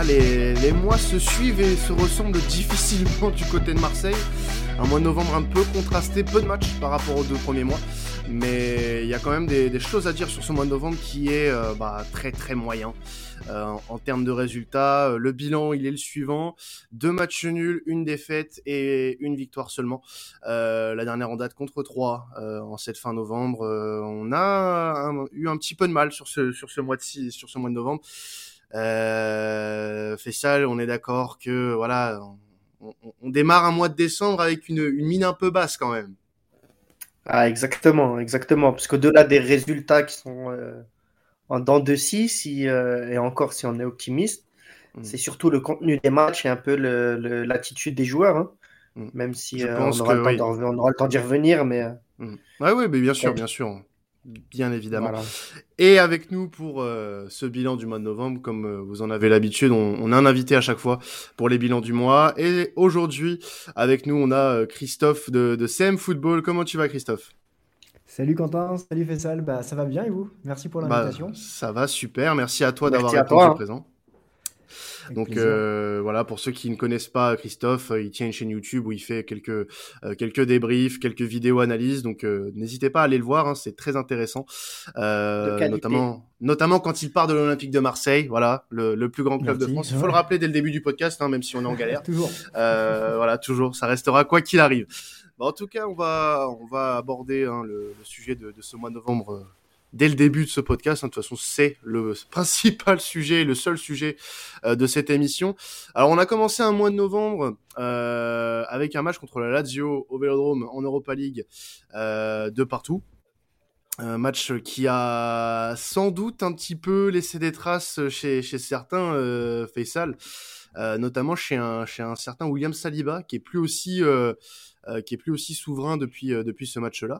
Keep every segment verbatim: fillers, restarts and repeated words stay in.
les, les mois se suivent et se ressemblent difficilement du côté de Marseille. Un mois de novembre un peu contrasté, peu de matchs par rapport aux deux premiers mois. Mais il y a quand même des, des choses à dire sur ce mois de novembre qui est euh, bah, très très moyen. Euh, en, en termes de résultats, euh, le bilan il est le suivant. Deux matchs nuls, une défaite et une victoire seulement. Euh, la dernière en date contre Troyes euh, en cette fin novembre. Euh, on a un, eu un petit peu de mal sur ce, sur ce mois de, sur ce mois de novembre. Euh, Faisal, on est d'accord que voilà, on, on, on démarre un mois de décembre avec une, une mine un peu basse quand même. Ah, exactement, exactement. Parce qu'au-delà des résultats qui sont euh, en dents de scie, si, euh, et encore si on est optimiste, Mm. c'est surtout le contenu des matchs et un peu le, le- l'attitude des joueurs, hein. Mm. Même si Je euh, on pense aura que le temps oui. d'en- on aura le temps d'y revenir, mais euh, Mm. Ouais, oui, mais bien sûr, peut-être. bien sûr, bien évidemment. Voilà. Et avec nous pour euh, ce bilan du mois de novembre, comme euh, vous en avez l'habitude, on, on a un invité à chaque fois pour les bilans du mois. Et aujourd'hui, avec nous, on a euh, Christophe de, de C M Football. Comment tu vas, Christophe? Salut Quentin, salut Faisal, bah, ça va bien et vous? Merci pour Bah, l'invitation. ça va super. Merci à toi d'avoir Merci à toi, répondu hein. présent. Avec Donc plaisir. euh, voilà, pour ceux qui ne connaissent pas Christophe, euh, il tient une chaîne YouTube où il fait quelques euh, quelques débriefs, quelques vidéos analyses. Donc euh, n'hésitez pas à aller le voir, hein, c'est très intéressant, De euh, qualité. notamment notamment quand il part de l'Olympique de Marseille, voilà, le, le plus grand club de Merci. France. Il faut le Ouais. rappeler dès le début du podcast, hein, même si on est en galère. Toujours. Euh, voilà, toujours, ça restera quoi qu'il arrive. Bah, en tout cas, on va on va aborder hein, le, le sujet de, de ce mois de novembre. Euh, dès le début de ce podcast. Hein. De toute façon, c'est le principal sujet, le seul sujet euh, de cette émission. Alors, on a commencé un mois de novembre euh, avec un match contre la Lazio au Vélodrome en Europa League euh, de partout. Un match qui a sans doute un petit peu laissé des traces chez, chez certains, euh, Faisal, euh, notamment chez un, chez un certain William Saliba, qui est plus aussi, euh, euh, qui est plus aussi souverain depuis, euh, depuis ce match-là.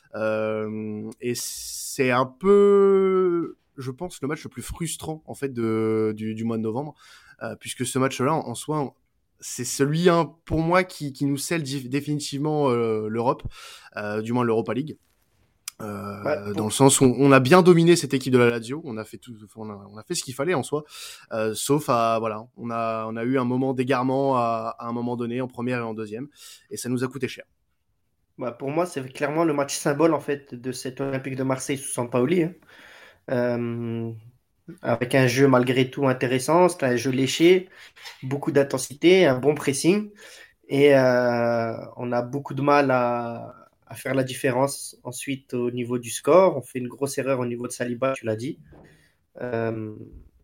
Euh, et c'est un peu, je pense, le match le plus frustrant en fait de, du, du mois de novembre, euh, puisque ce match-là, en, en soi, c'est celui hein, pour moi qui, qui nous scelle dif- définitivement euh, l'Europe, euh, du moins l'Europa League. Ouais, Euh, dans le pour- sens où on a bien dominé cette équipe de la Lazio, on a fait tout, on a, on a fait ce qu'il fallait en soi, euh, sauf à voilà, on a on a eu un moment d'égarement à, à un moment donné en première et en deuxième, et ça nous a coûté cher. bah, pour moi, c'est clairement le match symbole en fait de cet Olympique de Marseille sous Sampaoli, hein. Euh, Avec un jeu malgré tout intéressant, c'est un jeu léché, beaucoup d'intensité, un bon pressing. Et euh, on a beaucoup de mal à, à faire la différence ensuite au niveau du score. On fait une grosse erreur au niveau de Saliba, tu l'as dit. Euh,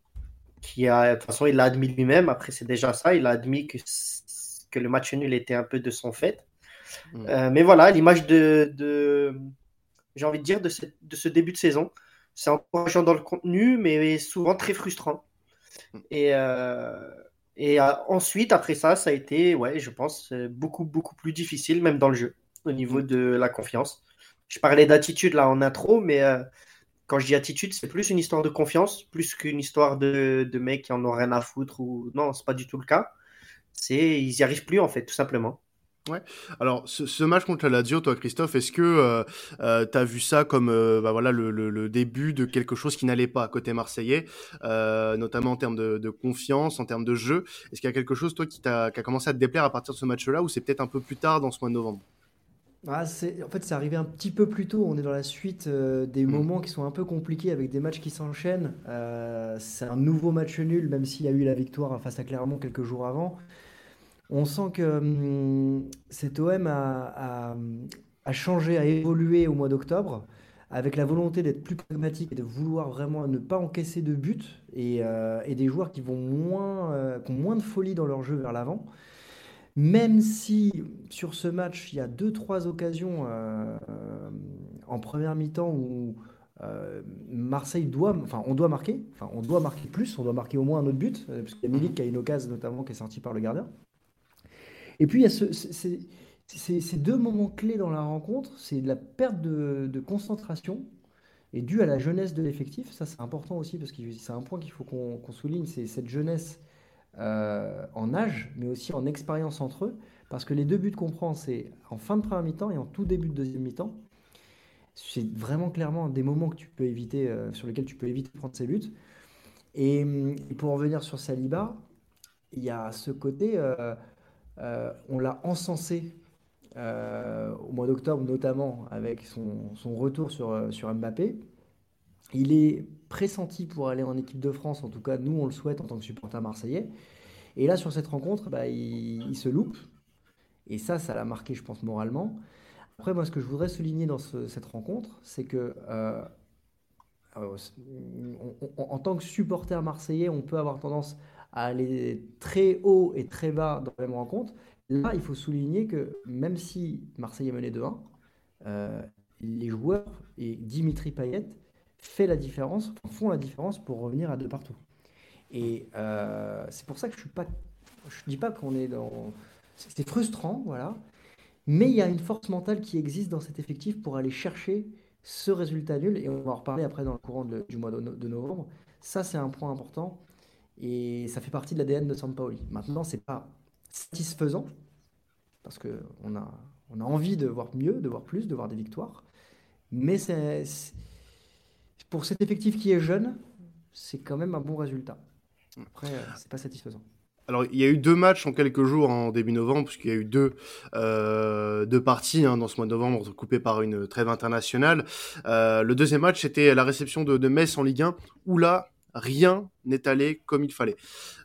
qui a, de toute façon, il l'a admis lui-même. Après, c'est déjà ça. Il a admis que, que le match nul était un peu de son fait. Mm. Euh, mais voilà, l'image de, de j'ai envie de dire, de, cette, de ce début de saison. C'est encourageant dans le contenu, mais souvent très frustrant. Et, euh, et euh, ensuite, après ça, ça a été, ouais, je pense, euh, beaucoup, beaucoup plus difficile, même dans le jeu, au niveau Mm. de la confiance. Je parlais d'attitude là en intro, mais euh, quand je dis attitude, c'est plus une histoire de confiance, plus qu'une histoire de, de mecs qui en ont rien à foutre. Ou... Non, c'est pas du tout le cas. C'est, ils y arrivent plus, en fait, tout simplement. Ouais. Alors, ce, ce match contre la Lazio, toi, Christophe, est-ce que euh, euh, t'as vu ça comme euh, bah, voilà le, le, le début de quelque chose qui n'allait pas côté marseillais, euh, notamment en termes de, de confiance, en termes de jeu? Est-ce qu'il y a quelque chose, toi, qui, t'a, qui a commencé à te déplaire à partir de ce match-là, ou c'est peut-être un peu plus tard dans ce mois de novembre? Ah, c'est, en fait, c'est arrivé un petit peu plus tôt. On est dans la suite euh, des Mm. moments qui sont un peu compliqués avec des matchs qui s'enchaînent. Euh, c'est un nouveau match nul, même s'il y a eu la victoire face à Clermont quelques jours avant. On sent que hum, cet O M a, a- a changé, a évolué au mois d'octobre, avec la volonté d'être plus pragmatique et de vouloir vraiment ne pas encaisser de buts et, euh, et des joueurs qui vont moins, euh, qui ont moins de folie dans leur jeu vers l'avant. Même si sur ce match, il y a deux, trois occasions euh, euh, en première mi-temps où euh, Marseille doit, enfin, on doit marquer, enfin, on doit marquer plus, on doit marquer au moins un autre but, euh, parce qu'il y a Milik Mhm. qui a une occasion notamment qui est sortie par le gardien. Et puis il y a ce- ce- ces, ces- ces deux moments clés dans la rencontre, c'est la perte de, de concentration et due à la jeunesse de l'effectif. Ça, c'est important aussi parce que c'est un point qu'il faut qu'on qu'on souligne, c'est cette jeunesse euh, en âge, mais aussi en expérience entre eux. Parce que les deux buts qu'on prend, c'est en fin de première mi-temps et en tout début de deuxième mi-temps. C'est vraiment clairement des moments que tu peux éviter, euh, sur lesquels tu peux éviter de prendre ces buts. Et, hum, et pour en revenir sur Saliba, il y a ce côté, euh, euh, on l'a encensé euh, au mois d'octobre, notamment avec son, son retour sur, euh, sur Mbappé. Il est pressenti pour aller en équipe de France, en tout cas, nous, on le souhaite en tant que supporter marseillais. Et là, sur cette rencontre, bah, il, il se loupe. Et ça, ça l'a marqué, je pense, moralement. Après, moi, ce que je voudrais souligner dans ce- cette rencontre, c'est que euh, euh, on- on- en tant que supporter marseillais, on peut avoir tendance à aller très haut et très bas dans la même rencontre. Là, il faut souligner que même si Marseille est mené deux un, euh, les joueurs et Dimitri Payet fait la différence, enfin, font la différence pour revenir à deux partout. Et euh, c'est pour ça que je suis pas, je dis pas qu'on est dans, c'est c'est frustrant, voilà, mais il y a une force mentale qui existe dans cet effectif pour aller chercher ce résultat nul, et on va en reparler après dans le courant de- du mois de, no- de novembre. Ça, c'est un point important, et ça fait partie de l'A D N de Sampaoli. Maintenant, c'est pas satisfaisant, parce qu'on a, on a envie de voir mieux, de voir plus, de voir des victoires, mais c'est, c'est- pour cet effectif qui est jeune, c'est quand même un bon résultat. Après, euh, c'est pas satisfaisant. Alors, il y a eu deux matchs en quelques jours en début novembre, puisqu'il y a eu deux, euh, deux parties hein, dans ce mois de novembre, coupées par une trêve internationale. Euh, le deuxième match, c'était la réception de, de Metz en Ligue un, où là, rien n'est allé comme il fallait.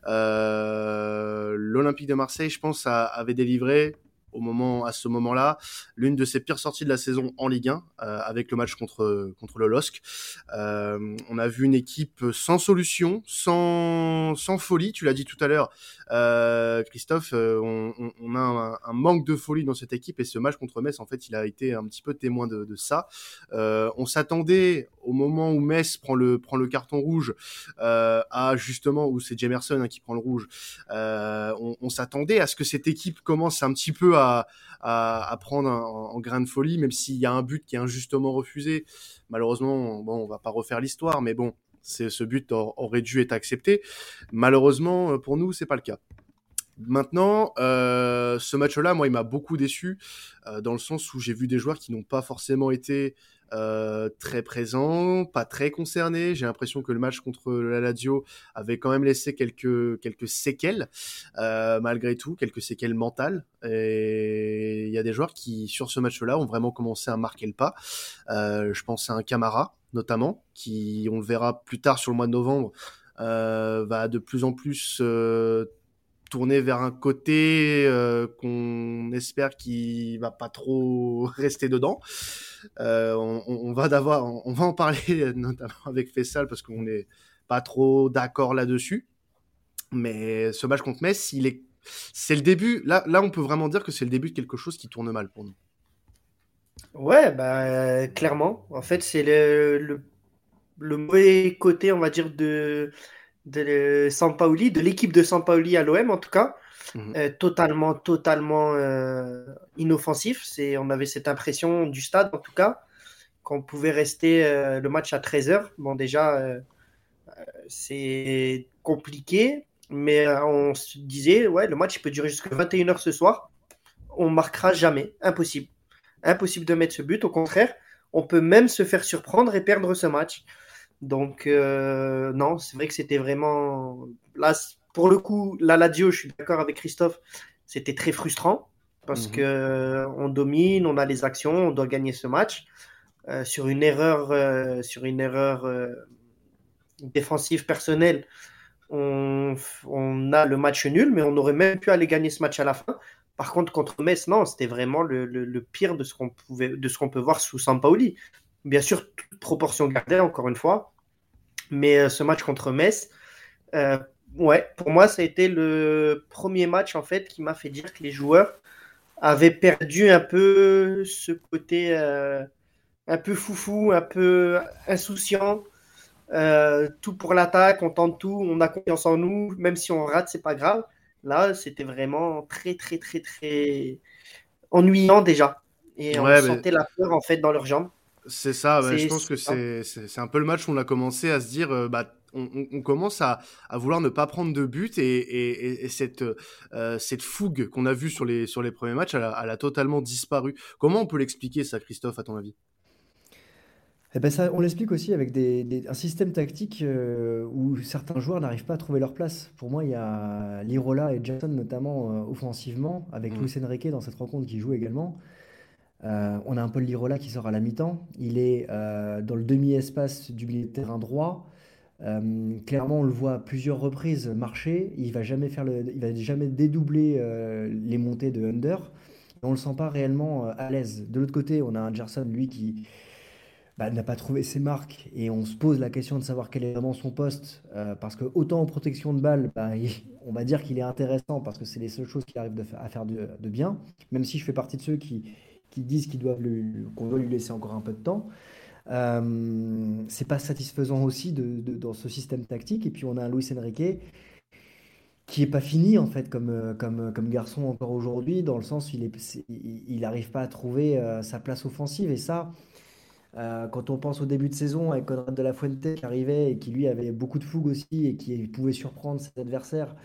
Euh, L'Olympique de Marseille, je pense, a, avait délivré au moment, à ce moment-là, l'une de ses pires sorties de la saison en Ligue un, euh, avec le match contre contre le L O S C. Euh, on a vu une équipe sans solution, sans sans folie. Tu l'as dit tout à l'heure, euh, Christophe. Euh, on, on, on a un, un manque de folie dans cette équipe, et ce match contre Metz, en fait, il a été un petit peu témoin de, de ça. Euh, on s'attendait au moment où Metz prend le prend le carton rouge euh, à justement où c'est Jemerson hein, qui prend le rouge. Euh, on, on s'attendait à ce que cette équipe commence un petit peu à à, à prendre un, en grain de folie, même s'il y a un but qui est injustement refusé. Malheureusement, bon, on va pas refaire l'histoire, mais bon, c'est, ce but aurait dû être accepté. Malheureusement, pour nous, c'est pas le cas. Maintenant, euh, ce match-là, moi, il m'a beaucoup déçu euh, dans le sens où j'ai vu des joueurs qui n'ont pas forcément été euh, très présents, pas très concernés. J'ai l'impression que le match contre la Lazio avait quand même laissé quelques quelques séquelles, euh, malgré tout, quelques séquelles mentales. Et il y a des joueurs qui, sur ce match-là, ont vraiment commencé à marquer le pas. Euh, je pense à un Camara, notamment, qui, on le verra plus tard sur le mois de novembre, euh, va de plus en plus euh, tourner vers un côté euh, qu'on espère qu'il va pas trop rester dedans. Euh, on, on va d'avoir, on va en parler notamment avec Fessal parce qu'on n'est pas trop d'accord là-dessus. Mais ce match contre Metz, il est, c'est le début. Là, là, on peut vraiment dire que c'est le début de quelque chose qui tourne mal pour nous. Ouais, bah, clairement. En fait, c'est le, le, le mauvais côté, on va dire, de, de Sampaoli, de l'équipe de Sampaoli à l'O M en tout cas. Mmh. Euh, totalement, totalement euh, inoffensif. C'est, on avait cette impression du stade, en tout cas, qu'on pouvait rester euh, le match à treize heures. Bon, déjà, euh, c'est compliqué, mais euh, on se disait, ouais, le match il peut durer jusqu'à vingt et une heures ce soir. On marquera jamais. Impossible. Impossible de mettre ce but. Au contraire, on peut même se faire surprendre et perdre ce match. Donc, euh, non, c'est vrai que c'était vraiment. Là, pour le coup, la Lazio, je suis d'accord avec Christophe, c'était très frustrant parce Mmh. que on domine, on a les actions, on doit gagner ce match. Euh, sur une erreur, euh, sur une erreur euh, défensive personnelle, on, on a le match nul, mais on aurait même pu aller gagner ce match à la fin. Par contre, contre Metz, non, c'était vraiment le, le, le pire de ce qu'on pouvait, de ce qu'on peut voir sous Sampaoli. Bien sûr, toute proportion gardée, encore une fois. Mais euh, ce match contre Metz, euh, ouais, pour moi, ça a été le premier match en fait qui m'a fait dire que les joueurs avaient perdu un peu ce côté euh, un peu foufou, un peu insouciant. Euh, tout pour l'attaque, on tente tout, on a confiance en nous, même si on rate, c'est pas grave. Là, c'était vraiment très, très, très, très ennuyant déjà. Et on Ouais, mais sentait la peur en fait dans leurs jambes. c'est ça, ouais, je C'est pense que ça. c'est, c'est, c'est un peu le match où on a commencé à se dire, euh, bah, on, on, on commence à, à vouloir ne pas prendre de but et, et, et, et cette, euh, cette fougue qu'on a vue sur les, sur les premiers matchs, elle a, elle a totalement disparu. Comment on peut l'expliquer ça, Christophe, à ton avis? Eh ben ça, on l'explique aussi avec des, des- un système tactique euh, où certains joueurs n'arrivent pas à trouver leur place. Pour moi, il y a Lirola et Jackson notamment euh, offensivement, avec Mm. Luis Enrique dans cette rencontre qui joue également. Euh, on a un Paul Lirola qui sort à la mi-temps. Il est euh, dans le demi-espace du milieu de terrain droit. Euh, clairement, on le voit à plusieurs reprises marcher. Il va jamais faire le, il va jamais dédoubler euh, les montées de under. On le sent pas réellement euh, à l'aise. De l'autre côté, on a un Gerson, lui, qui bah, n'a pas trouvé ses marques. Et on se pose la question de savoir quel est vraiment son poste. Euh, parce que autant en protection de balle, bah, il- on va dire qu'il est intéressant parce que c'est les seules choses qu'il arrive de fa- à faire de, de bien. Même si je fais partie de ceux qui, qui disent qu'ils doivent lui- qu'on doit lui laisser encore un peu de temps. Euh, c'est pas satisfaisant aussi de, de- dans ce système tactique. Et puis on a un Luis Enrique qui est pas fini en fait comme, euh, comme, comme garçon encore aujourd'hui, dans le sens où il est, c'est- il il n'arrive pas à trouver euh, sa place offensive. Et ça, euh, quand on pense au début de saison avec Conrad de la Fuente qui arrivait et qui lui avait beaucoup de fougue aussi et qui pouvait surprendre ses adversaires,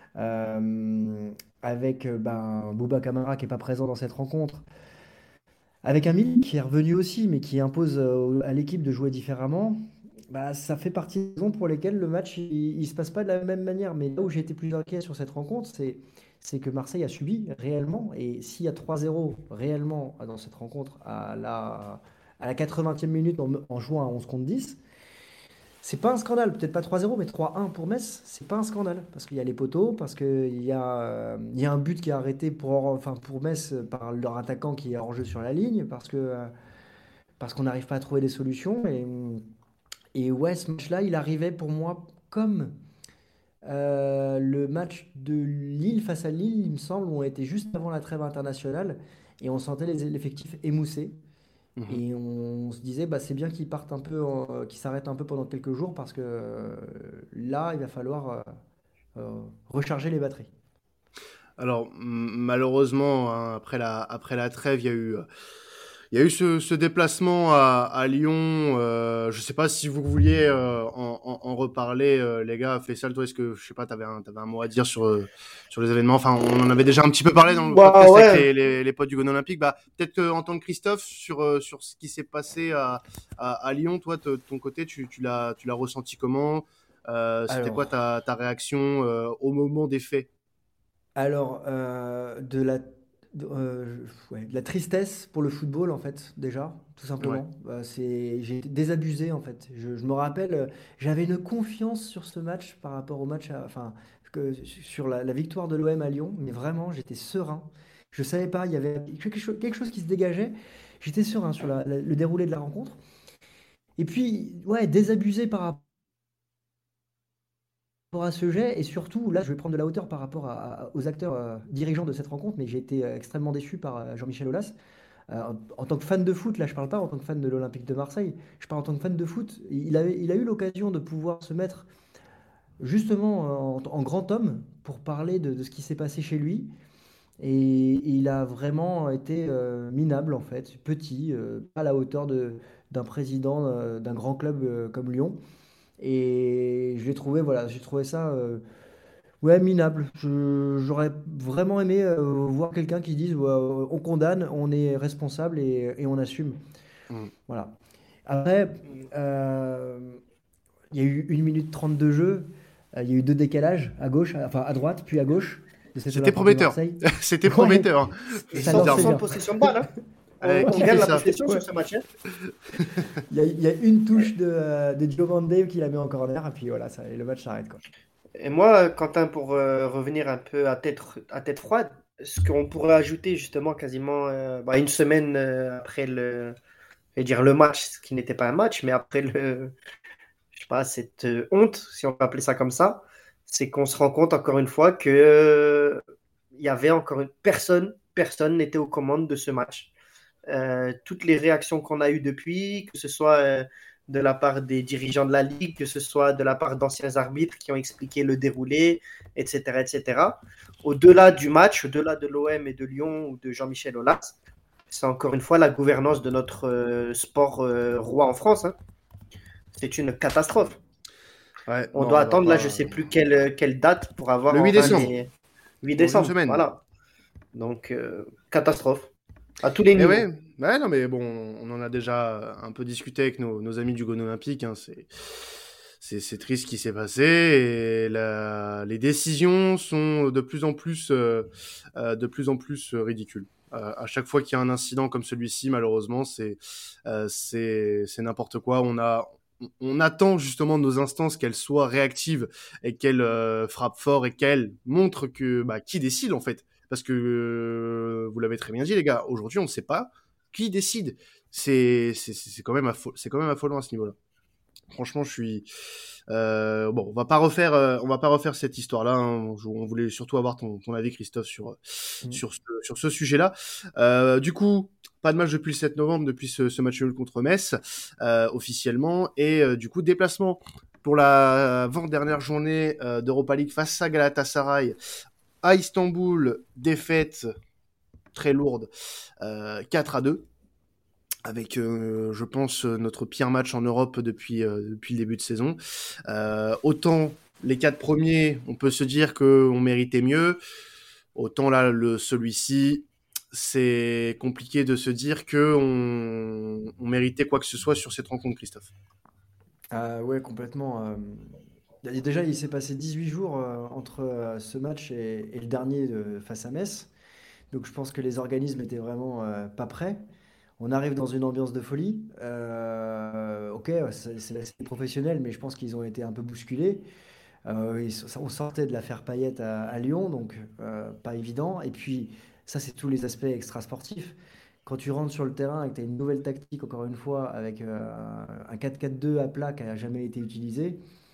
euh, avec euh, ben, Bouba Camara qui est pas présent dans cette rencontre, avec un Milik qui est revenu aussi, mais qui impose euh, à l'équipe de jouer différemment, bah, ça fait partie des raisons pour lesquelles le match il, il se passe pas de la même manière. Mais là où j'ai été plus inquiet sur cette rencontre, c'est c'est que Marseille a subi réellement. Et s'il y a trois zéro réellement dans cette rencontre à la, à la quatre-vingtième minute en, en jouant à onze contre dix, c'est pas un scandale, peut-être pas trois zéro, mais trois un pour Metz, c'est pas un scandale. Parce qu'il y a les poteaux, parce qu'il y a, euh, il y a un but qui est arrêté pour, enfin, pour Metz par leur attaquant qui est hors jeu sur la ligne, parce que, euh, parce qu'on n'arrive pas à trouver des solutions. Et, et ouais, ce match-là, il arrivait pour moi comme euh, le match de Lille face à Lille, il me semble, où on était juste avant la trêve internationale, et on sentait les, l'effectif émoussé. Mhm. Et on se disait, bah, c'est bien qu'ils partent un peu, en- qu'ils s'arrêtent un peu pendant quelques jours parce que euh, là, il va falloir euh, euh, recharger les batteries. Alors, m- malheureusement, hein, après la, après la trêve, il y a eu, euh, il y a eu ce, ce déplacement à, à Lyon. Euh, je sais pas si vous vouliez euh, en, en, en reparler, euh, les gars. Faisal, toi, est-ce que, je sais pas, t'avais un, t'avais un mot à dire sur, euh, sur les événements. Enfin, on en avait déjà un petit peu parlé dans le Bah podcast avec ouais, les, les, les potes du Gone Olympique. Bah, peut-être qu'en tant que Christophe, sur, euh, sur ce qui s'est passé à, à, à Lyon, toi, de ton côté, tu, tu l'as, tu l'as ressenti comment? Euh, c'était quoi Alors, ta, ta réaction euh, au moment des faits? alors euh, de la, de, euh, ouais, de la tristesse pour le football, en fait, déjà, tout Ouais. simplement. Euh, c'est, j'ai été désabusé, en fait. Je, je me rappelle, euh, j'avais une confiance sur ce match par rapport au match, à- enfin, que, sur la, la victoire de l'O M à Lyon, mais vraiment, j'étais serein. Je savais pas, il y avait quelque chose, quelque chose qui se dégageait. J'étais serein sur la- la- le déroulé de la rencontre. Et puis, ouais, désabusé par rapport à ce jet, et surtout, là, je vais prendre de la hauteur par rapport à- à- aux acteurs euh, dirigeants de cette rencontre, mais j'ai été euh, extrêmement déçu par euh, Jean-Michel Aulas. Euh, en, en tant que fan de foot, là, je parle pas en tant que fan de l'Olympique de Marseille, je parle en tant que fan de foot. Il avait, il a eu l'occasion de pouvoir se mettre justement euh, en, en grand homme pour parler de, de ce qui s'est passé chez lui. Et il a vraiment été euh, minable, en fait, petit, euh, pas à la hauteur de, d'un président euh, d'un grand club euh, comme Lyon. Et j'ai trouvé, voilà, j'ai trouvé ça euh, ouais, minable. Je- j'aurais vraiment aimé euh, voir quelqu'un qui dise ouais, on condamne, on est responsable et, et on assume. Mm. Voilà. Après, euh, il y a eu une minute trente de jeu. Euh, Il y a eu deux décalages à gauche, à- enfin à droite, puis à gauche de cet C'était Olympique de prometteur. Marseille. C'était Ouais, prometteur, hein, et ça cent pour lançait cent de sincèrement. bien. possession de balle, hein. On, Euh, on qui gagne fait la ça? possession Ouais. sur ce match, hein. Il y a, il y a une touche de, euh, de Giovanni qui la met en corner, et puis voilà, ça, et le match s'arrête, quoi. Et moi, Quentin, pour euh, revenir un peu à tête, à tête froide, ce qu'on pourrait ajouter justement quasiment euh, bah, une semaine euh, après le, je vais dire le match, ce qui n'était pas un match, mais après le, je sais pas, cette euh, honte, si on peut appeler ça comme ça, c'est qu'on se rend compte encore une fois que euh, il y avait encore une personne, personne n'était aux commandes de ce match. Euh, toutes les réactions qu'on a eues depuis, que ce soit euh, de la part des dirigeants de la Ligue, que ce soit de la part d'anciens arbitres qui ont expliqué le déroulé, et cetera, et cetera. Au-delà du match, au-delà de l'O M et de Lyon ou de Jean-Michel Aulas, c'est encore une fois la gouvernance de notre euh, sport euh, roi en France, hein. C'est une catastrophe. Ouais, On bon, doit on va attendre, là, je pas. sais plus quelle, quelle date pour avoir Le huit enfin décembre, les huit dans une décembre. semaine. Voilà. Donc, euh, catastrophe. À tous les Et niveaux. ouais, ouais, non, mais bon, on en a déjà un peu discuté avec nos, nos amis du Gone Olympique. Hein, c'est, c'est, c'est triste ce qui s'est passé et la, les décisions sont de plus en plus, euh, euh, de plus en plus euh, ridicules. Euh, à chaque fois qu'il y a un incident comme celui-ci, malheureusement, c'est, euh, c'est, c'est n'importe quoi. On a, on- on attend justement de nos instances qu'elles soient réactives et qu'elles euh, frappent fort et qu'elles montrent que bah, qui décide en fait. Parce que euh, vous l'avez très bien dit les gars, aujourd'hui on ne sait pas qui décide. C'est c'est c'est c'est quand même affo- c'est quand même affolant à ce niveau-là. Franchement, je suis euh, bon. On va pas refaire, euh, on va pas refaire cette histoire-là. Hein. Je- On voulait surtout avoir ton, ton avis, Christophe, sur Mm. sur ce, sur ce sujet-là. Euh, du coup, pas de match depuis le sept novembre, depuis ce, ce match nul contre Metz euh, officiellement, et euh, du coup déplacement pour la avant-dernière journée euh, d'Europa League face à Galatasaray à Istanbul, défaite très lourde, euh, quatre à deux. Avec, euh, je pense, notre pire match en Europe depuis, euh, depuis le début de saison. Euh, autant les quatre premiers, on peut se dire qu'on méritait mieux. Autant là, le, celui-ci, c'est compliqué de se dire qu'on on méritait quoi que ce soit sur cette rencontre, Christophe. Ah ouais, complètement. euh. Et Déjà, il s'est passé dix-huit jours euh, entre euh, ce match et, et le dernier de- face à Metz. Donc je pense que les organismes étaient vraiment euh, pas prêts. On arrive dans une ambiance de folie. Euh, ok, c'est c'est la scène professionnelle, mais je pense qu'ils ont été un peu bousculés. Euh, ils on sortait de l'affaire Payet à, à Lyon, donc euh, pas évident. Et puis, ça, c'est tous les aspects extrasportifs. Quand tu rentres sur le terrain et que tu as une nouvelle tactique, encore une fois, avec euh, un quatre quatre deux à plat qui n'a jamais été utilisé,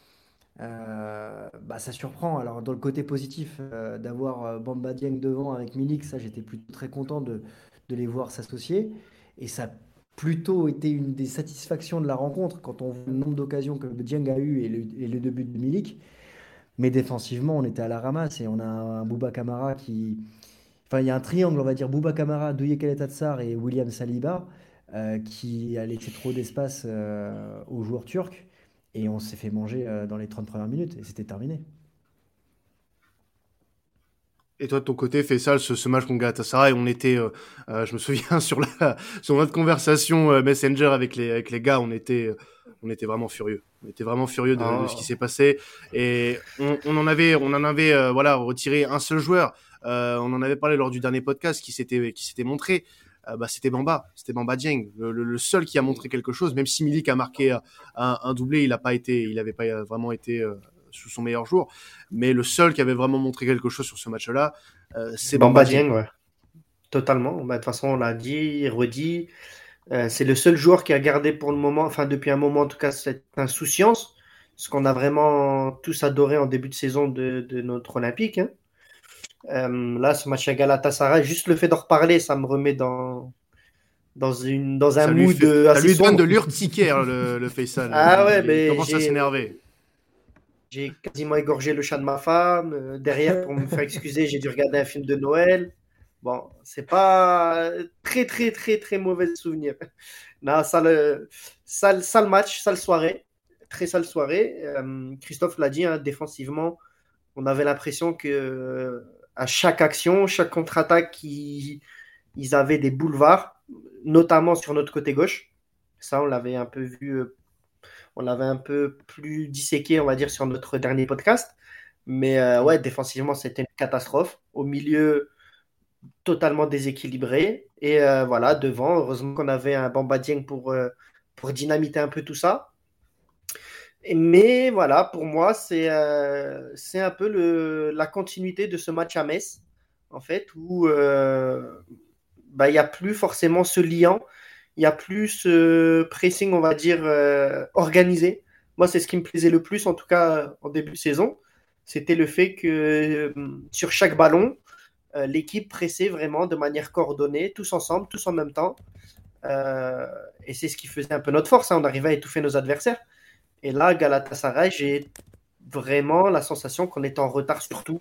euh, bah, ça surprend. Alors, dans le côté positif, euh, d'avoir euh, Bamba Dieng devant avec Milik, ça, j'étais plutôt très content de, de les voir s'associer. Et ça a plutôt été une des satisfactions de la rencontre quand on voit le nombre d'occasions que Dieng a eu et le, et le deux buts de Milik. Mais défensivement, on était à la ramasse et on a un Bouba Kamara qui. Enfin, il y a un triangle, on va dire Bouba Kamara, Douye Kaletatsar et William Saliba euh, qui a laissé trop d'espace euh, aux joueurs turcs. Et on s'est fait manger euh, dans les trente premières minutes et c'était terminé. Et toi, de ton côté, Faisal, ce, ce match contre Galatasaray, on était, euh, euh, je me souviens sur la, sur notre conversation euh, Messenger avec les, avec les gars, on était, euh, on était vraiment furieux. On était vraiment furieux de, de ce qui Ah, s'est passé. Et on, on en avait, on en avait, euh, voilà, retiré un seul joueur. Euh, on en avait parlé lors du dernier podcast qui s'était, qui s'était montré. Euh, bah, c'était Bamba, c'était Bamba Dieng, le, le, le seul qui a montré quelque chose. Même si Milik a marqué euh, un, un doublé, il a pas été, il avait pas vraiment été euh, sous son meilleur jour. Mais le seul qui avait vraiment montré quelque chose sur ce match-là, euh, c'est Bamba Bamba Dieng. Dieng, ouais. Totalement. Bah, de toute façon, on l'a dit, redit. Euh, c'est le seul joueur qui a gardé pour le moment, enfin depuis un moment en tout cas, cette insouciance, ce qu'on a vraiment tous adoré en début de saison de, de notre Olympique. Hein. Euh, là, ce match à Galatasaray, juste le fait d'en reparler, ça me remet dans, dans, une, dans un Ça lui, mood fait, ça assez lui donne de sombre. l'urticaire, le, le Faisal. Ah Il, ouais, il mais commence à j'ai, s'énerver. j'ai quasiment égorgé le chat de ma femme. Euh, derrière, pour me faire excuser, j'ai dû regarder un film de Noël. Bon, c'est pas très, très, très, très mauvais souvenir. Non, ça le, sale, sale match, sale soirée, très sale soirée. Euh, Christophe l'a dit, hein, défensivement, on avait l'impression que euh, à chaque action, chaque contre-attaque, ils, ils avaient des boulevards, notamment sur notre côté gauche. Ça, on l'avait un peu vu, euh, on l'avait un peu plus disséqué, on va dire, sur notre dernier podcast. Mais euh, ouais, défensivement, c'était une catastrophe. Au milieu, totalement déséquilibré. Et euh, voilà, devant, heureusement qu'on avait un Bamba Dieng pour, euh, pour dynamiter un peu tout ça. Et- Mais voilà, pour moi, c'est euh, c'est un peu le, la continuité de ce match à Metz, en fait, où euh, bah, il n'y a plus forcément ce liant, il n'y a plus ce pressing, on va dire, euh, organisé. Moi, c'est ce qui me plaisait le plus, en tout cas en début de saison. C'était le fait que euh, sur chaque ballon, euh, l'équipe pressait vraiment de manière coordonnée, tous ensemble, tous en même temps. Euh, et c'est ce qui faisait un peu notre force. Hein. On arrivait à étouffer nos adversaires. Et là, Galatasaray, j'ai vraiment la sensation qu'on est en retard sur tout,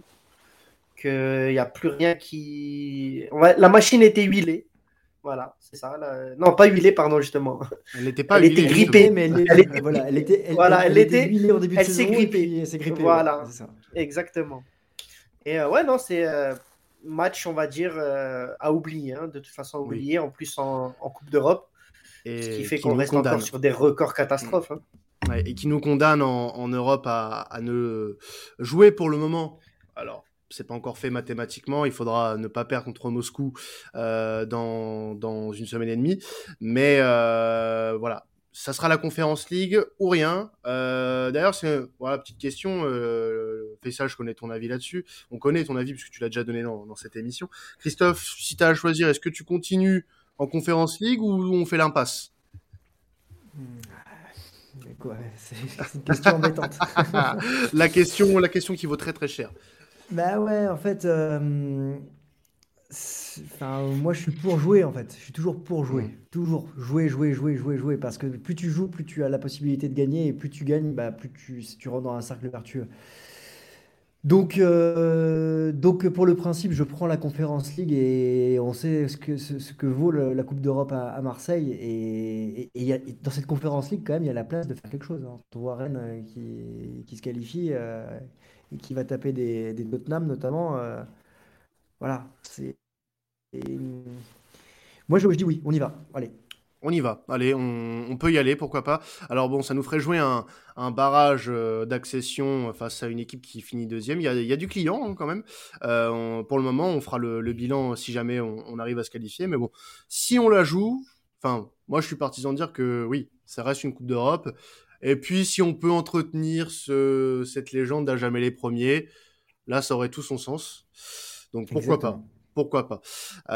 qu'il n'y a plus rien qui. On va... La machine était huilée. Voilà, c'est ça. La... Non, pas huilée, pardon, justement. Elle n'était pas Elle était huilée, Elle justement. était, grippée. mais elle, est- Elle était voilà, elle grippée. était, elle, Voilà, elle- elle elle était était. huilée en début de Elle s'est saison et grippée. puis elle s'est grippée. Ouais, Voilà, c'est ça. exactement. Et euh, ouais, non, c'est. euh, match, on va dire, euh, à oublier, hein, de toute façon à Oui. oublier, en plus en, en Coupe d'Europe, Et ce qui fait qui qu'on nous reste condamne. encore sur des records catastrophes. Hein. Ouais, et qui nous condamne en, en Europe à, à ne jouer pour le moment. Alors, c'est pas encore fait mathématiquement, il faudra ne pas perdre contre Moscou euh, dans, dans une semaine et demie. Mais euh, voilà, ça sera la Conference League ou rien. Euh, d'ailleurs, c'est voilà, petite question. Euh, Faisal, je connais ton avis là-dessus. On connaît ton avis puisque tu l'as déjà donné dans, dans cette émission. Christophe, si tu as à choisir, est-ce que tu continues en Conference League ou on fait l'impasse? Mais quoi, c'est c'est une question embêtante. la question, la question qui vaut très très cher. Bah ouais, en fait, euh, c'est- enfin, moi je suis pour jouer en fait. Je suis toujours pour jouer. Mm. Toujours jouer, jouer, jouer, jouer, jouer. Parce que plus tu joues, plus tu as la possibilité de gagner. Et plus tu gagnes, bah, plus tu, tu rentres dans un cercle vertueux. Donc, euh, donc pour le principe, je prends la Conférence League et on sait ce que, ce, ce que vaut le- la Coupe d'Europe à, à Marseille. Et, et- et il y a- et dans cette Conférence League, quand même, il y a la place de faire quelque chose. Hein. On voit Rennes euh, qui, qui se qualifie euh, et qui va taper des, des Tottenham notamment. euh, voilà. C'est, et, moi, je, je dis oui, on y va. Allez. On y va. Allez, on, on peut y aller, pourquoi pas. Alors bon, ça nous ferait jouer un, un barrage euh, d'accession face à une équipe qui finit deuxième. Il y a, il y a du client hein, quand même. Euh, on- pour le moment, on fera le, le bilan si jamais on, on arrive à se qualifier. Mais bon, si on la joue, enfin, moi je suis partisan de dire que oui, ça reste une Coupe d'Europe. Et puis si on peut entretenir ce, cette légende d'à jamais les premiers, là ça aurait tout son sens. Donc pourquoi pas. Exactement. Pourquoi pas.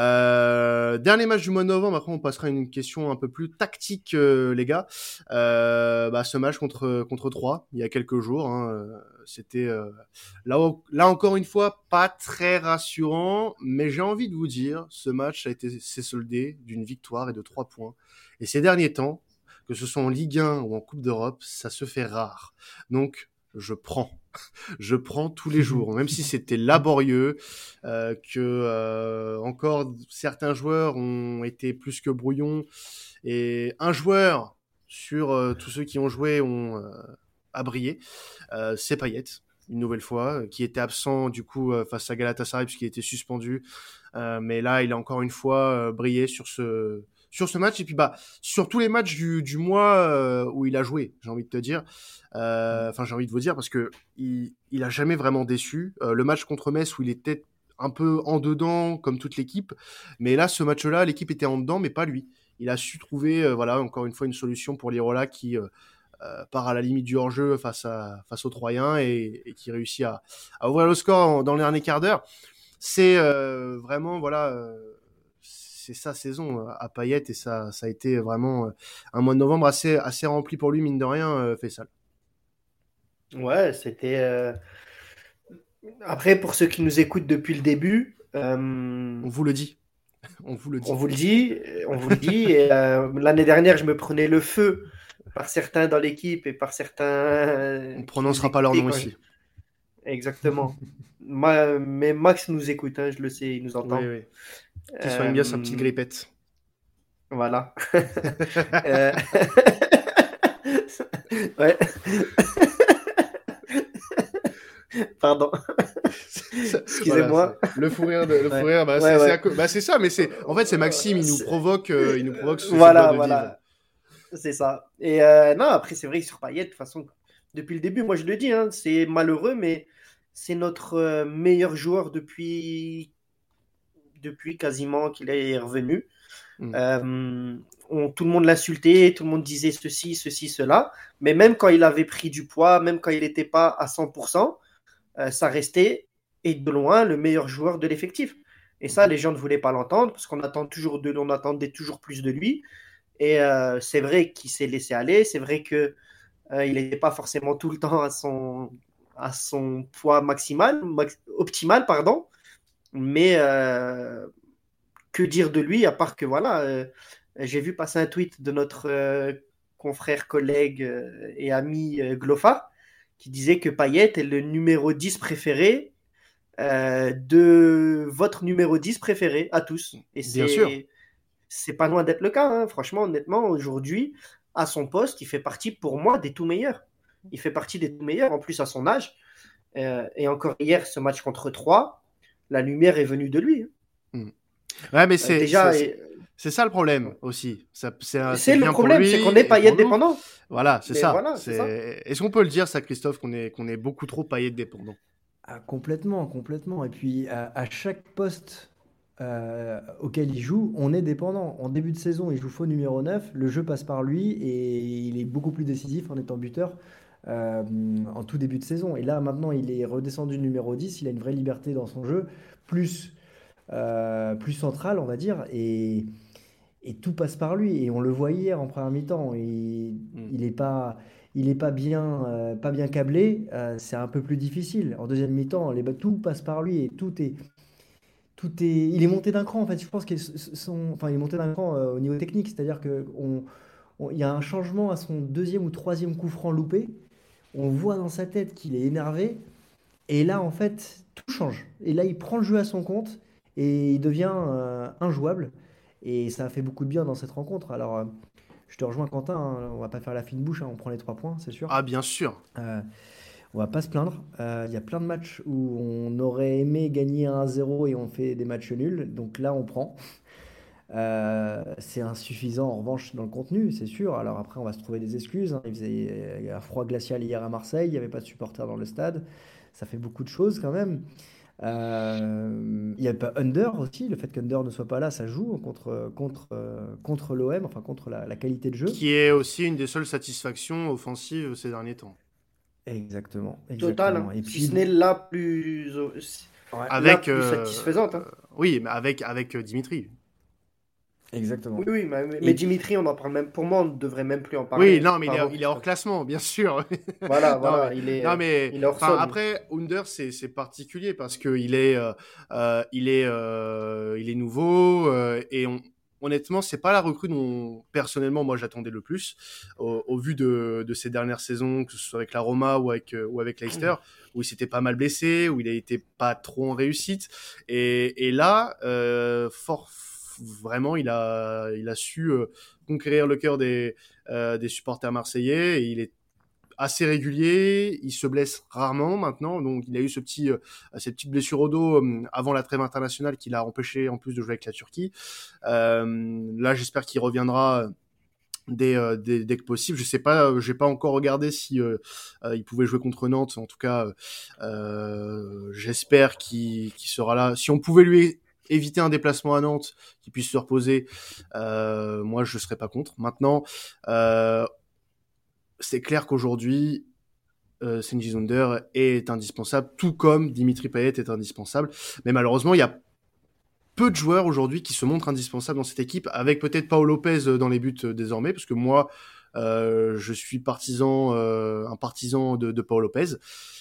Euh, dernier match du mois de novembre. Après, on passera à une question un peu plus tactique, euh, les gars. Euh, bah, ce match contre contre Troyes, il y a quelques jours, hein, euh, c'était euh, là là encore une fois pas très rassurant, mais j'ai envie de vous dire, ce match a été s'est soldé d'une victoire et de trois points. Et ces derniers temps, que ce soit en Ligue un ou en Coupe d'Europe, ça se fait rare. Donc, je prends. Je prends tous les jours, même si c'était laborieux, euh, que euh, encore certains joueurs ont été plus que brouillons, et un joueur sur euh, tous ceux qui ont joué ont euh, a brillé, euh, c'est Payet, une nouvelle fois, qui était absent du coup euh, face à Galatasaray puisqu'il était suspendu, euh, mais là il a encore une fois euh, brillé sur ce sur ce match et puis bah sur tous les matchs du, du mois euh, où il a joué, j'ai envie de te dire. Enfin, euh, j'ai envie de vous dire parce que il, il a jamais vraiment déçu. Euh, le match contre Metz où il était un peu en dedans, comme toute l'équipe, mais là, ce match-là, l'équipe était en dedans, mais pas lui. Il a su trouver, euh, voilà, encore une fois, une solution pour l'Irola qui euh, euh, part à la limite du hors-jeu face à face aux Troyens et, et qui réussit à, à ouvrir le score en, dans le dernier quart d'heure. C'est euh, vraiment, voilà. Euh, c'est sa saison à Payet et ça, ça a été vraiment un mois de novembre assez, assez rempli pour lui, mine de rien, euh, Faisal. Ouais, c'était. euh, Après, pour ceux qui nous écoutent depuis le début, euh, On vous le dit. On vous le on dit. vous le dit, on vous le dit. Et, euh, l'année dernière, je me prenais le feu par certains dans l'équipe et par certains euh, On ne qui nous prononcera pas leur écoutaient nom quand ici. je- Exactement. Ma- Mais Max nous écoute, hein, je le sais, il nous Oui, entend. oui. Qu'il soigne bien sa petite Euh, grippette. Voilà. Euh, Ouais. Pardon. Voilà, Excusez-moi. c'est- le fou rire, de- le fou Ouais, rire, bah, ouais, c'est, c'est, ouais. à co- bah, c'est ça, mais c'est, en fait, c'est Maxime, il nous C'est- provoque, euh, il nous provoque ce- cette Voilà, joie de vivre. voilà. C'est ça. Et euh, non, après, c'est vrai que sur Payet, de toute façon, depuis le début, moi je le dis, hein, c'est malheureux, mais c'est notre euh, meilleur joueur depuis, depuis quasiment qu'il est revenu. Mm. Euh, on- tout le monde l'insultait, tout le monde disait ceci, ceci, cela. Mais même quand il avait pris du poids, même quand il n'était pas à cent pour cent, euh, ça restait, et de loin, le meilleur joueur de l'effectif. Et ça, les gens ne voulaient pas l'entendre parce qu'on attend toujours de, on attendait toujours plus de lui. Et euh, c'est vrai qu'il s'est laissé aller. C'est vrai que euh, il n'était pas forcément tout le temps à son, à son poids maximal, max- optimal, pardon. Mais euh, que dire de lui à part que voilà, euh, j'ai vu passer un tweet de notre euh, confrère, collègue euh, et ami euh, Glofa qui disait que Payet est le numéro dix préféré euh, de votre numéro dix préféré à tous. Et Bien sûr. c'est c'est pas loin d'être le cas. Hein. Franchement, honnêtement, aujourd'hui, à son poste, il fait partie pour moi des tout meilleurs. Il fait partie des tout meilleurs, en plus à son âge. Euh, et encore hier, ce match contre Troyes, la lumière est venue de lui. Mmh. Ouais, mais c'est, Euh, déjà, c'est, c'est, et- c'est ça le problème aussi. Ça, c'est, un- c'est c'est le bien pour problème, lui c'est qu'on est et Payet pour nous. dépendant. Voilà, c'est Mais ça. voilà, c'est ça. C'est... Est-ce qu'on peut le dire, ça, Christophe, qu'on est, qu'on est beaucoup trop Payet dépendant? Ah, complètement, complètement. Et puis à, à chaque poste euh, auquel il joue, on est dépendant. En début de saison, il joue faux numéro neuf, le jeu passe par lui et il est beaucoup plus décisif en étant buteur euh, en tout début de saison. Et là, maintenant, il est redescendu numéro dix, il a une vraie liberté dans son jeu, plus, euh, plus central, on va dire. Et, et tout passe par lui. Et on le voit hier en première mi-temps. Il, Mm. il est pas, il est pas bien, euh, pas bien câblé. Euh, c'est un peu plus difficile. En deuxième mi-temps, les, tout passe par lui et tout est, tout est, il est monté d'un cran. En fait, je pense qu'il est, son, enfin, il est monté d'un cran euh, au niveau technique. C'est-à-dire que on, on- il y a un changement à son deuxième ou troisième coup franc loupé. On voit dans sa tête qu'il est énervé. Et là, en fait, tout change. Et là, il prend le jeu à son compte et il devient euh, injouable. Et ça a fait beaucoup de bien dans cette rencontre. Alors, euh, je te rejoins, Quentin. Hein, on va pas faire la fine bouche. Hein, on prend les trois points, c'est sûr. Ah, bien sûr. Euh, on va pas se plaindre. Euh, Il y a plein de matchs où on aurait aimé gagner un zéro et on fait des matchs nuls. Donc là, on prend. Euh, c'est insuffisant en revanche dans le contenu, c'est sûr. Alors après, on va se trouver des excuses. Hein. Il faisait il y a un froid glacial hier à Marseille, il n'y avait pas de supporters dans le stade. Ça fait beaucoup de choses quand même. Euh, il n'y a pas Under aussi, le fait qu'Under ne soit pas là, ça joue contre, contre, euh, contre l'O M, enfin contre la, la qualité de jeu. Qui est aussi une des seules satisfactions offensives ces derniers temps. Exactement, Total. exactement. Hein. Et Si puis, ce n'est la plus, ouais, la Avec, plus euh, satisfaisante. Hein. oui, mais avec, avec euh, Dimitri. exactement. Oui, oui, mais, mais Et Dimitri, on en parle même. Pour moi, on ne devrait même plus en parler. Oui, non, mais il est, Pardon, il est hors Christophe. classement, bien sûr. Voilà, Non, voilà, mais, il est, non, euh, mais il est hors enfin, sol. après, Under, c'est, c'est particulier parce qu'il est, euh, euh, il est, euh, il est nouveau euh, et on, honnêtement, c'est pas la recrue dont personnellement moi j'attendais le plus au, au vu de, de ces dernières saisons, que ce soit avec la Roma ou avec euh, ou avec Leicester, où il s'était pas mal blessé, où il a été pas trop en réussite. Et, et là, euh, fort vraiment, il a, il a su euh, conquérir le cœur des, euh, des supporters marseillais et il est assez régulier, il se blesse rarement maintenant, donc il a eu ce petit, euh, cette petite blessure au dos euh, avant la trêve internationale qui l'a empêché en plus de jouer avec la Turquie. Euh, là, j'espère qu'il reviendra dès, euh, dès, dès que possible. Je sais pas, euh, j'ai pas encore regardé si euh, euh, il pouvait jouer contre Nantes. En tout cas, euh, j'espère qu'il, qu'il sera là. Si on pouvait lui éviter un déplacement à Nantes, qu'il puisse se reposer, euh, moi je serais pas contre. Maintenant, euh, c'est clair qu'aujourd'hui, euh, Cengiz Under est indispensable, tout comme Dimitri Payet est indispensable. Mais malheureusement, il y a peu de joueurs aujourd'hui qui se montrent indispensables dans cette équipe, avec peut-être Paul Lopez dans les buts euh, désormais, parce que moi, euh, je suis partisan, euh, un partisan de, de Paul Lopez.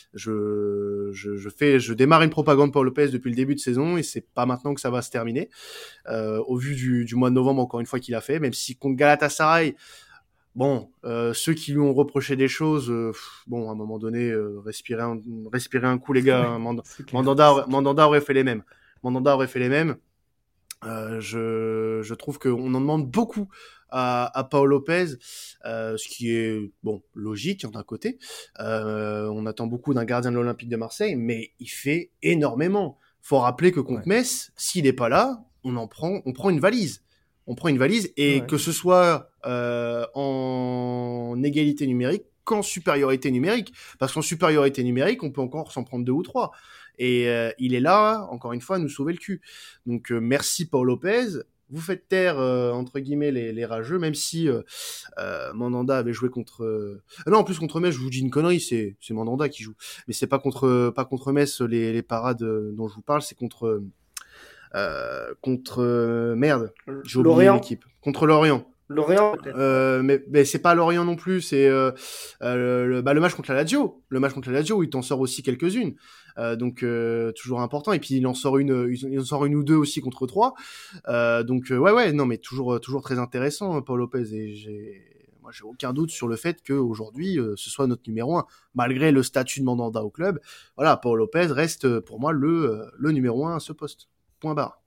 Je, je, je fais, je démarre une propagande Paul Lopez depuis le début de saison et c'est pas maintenant que ça va se terminer. Euh, au vu du, du mois de novembre, encore une fois, qu'il a fait, même si contre Galatasaray, bon, euh, ceux qui lui ont reproché des choses, euh, pff, bon, à un moment donné, euh, respirez un, respirez un coup, les gars. Hein, Mand- c'est clair. Mandanda, Mandanda aurait fait les mêmes. Mandanda aurait fait les mêmes. Euh, je, je trouve qu'on en demande beaucoup à, à Paul Lopez, euh, ce qui est bon logique hein, d'un côté. Euh, on attend beaucoup d'un gardien de l'Olympique de Marseille, mais il fait énormément. Faut rappeler que contre Ouais. Metz, s'il n'est pas là, on en prend, on prend une valise. On prend une valise et Ouais. que ce soit euh, en égalité numérique qu'en supériorité numérique, parce qu'en supériorité numérique, on peut encore s'en prendre deux ou trois. Et euh, il est là, encore une fois, à nous sauver le cul. Donc euh, merci Paul Lopez. Vous faites taire euh, entre guillemets les, les rageux, même si euh, euh, Mandanda avait joué contre. Euh... Non, en plus contre Metz, je vous dis une connerie, c'est c'est Mandanda qui joue, mais c'est pas contre pas contre Metz les, les parades dont je vous parle, c'est contre euh, contre euh, merde, j'ai oublié Lorient. l'équipe, contre Lorient. Lorient, peut-être. Euh, mais, mais c'est pas Lorient non plus, c'est euh, euh, le, bah, le match contre la Lazio, le match contre la Lazio où il t'en sort aussi quelques-unes, euh, donc euh, toujours important. Et puis il en sort une, il en sort une ou deux aussi contre trois. Euh, donc euh, ouais ouais non mais toujours toujours très intéressant hein, Paul Lopez et j'ai moi j'ai aucun doute sur le fait que aujourd'hui euh, ce soit notre numéro un malgré le statut de Mandanda au club. Voilà, Paul Lopez reste pour moi le le numéro un à ce poste. Point barre.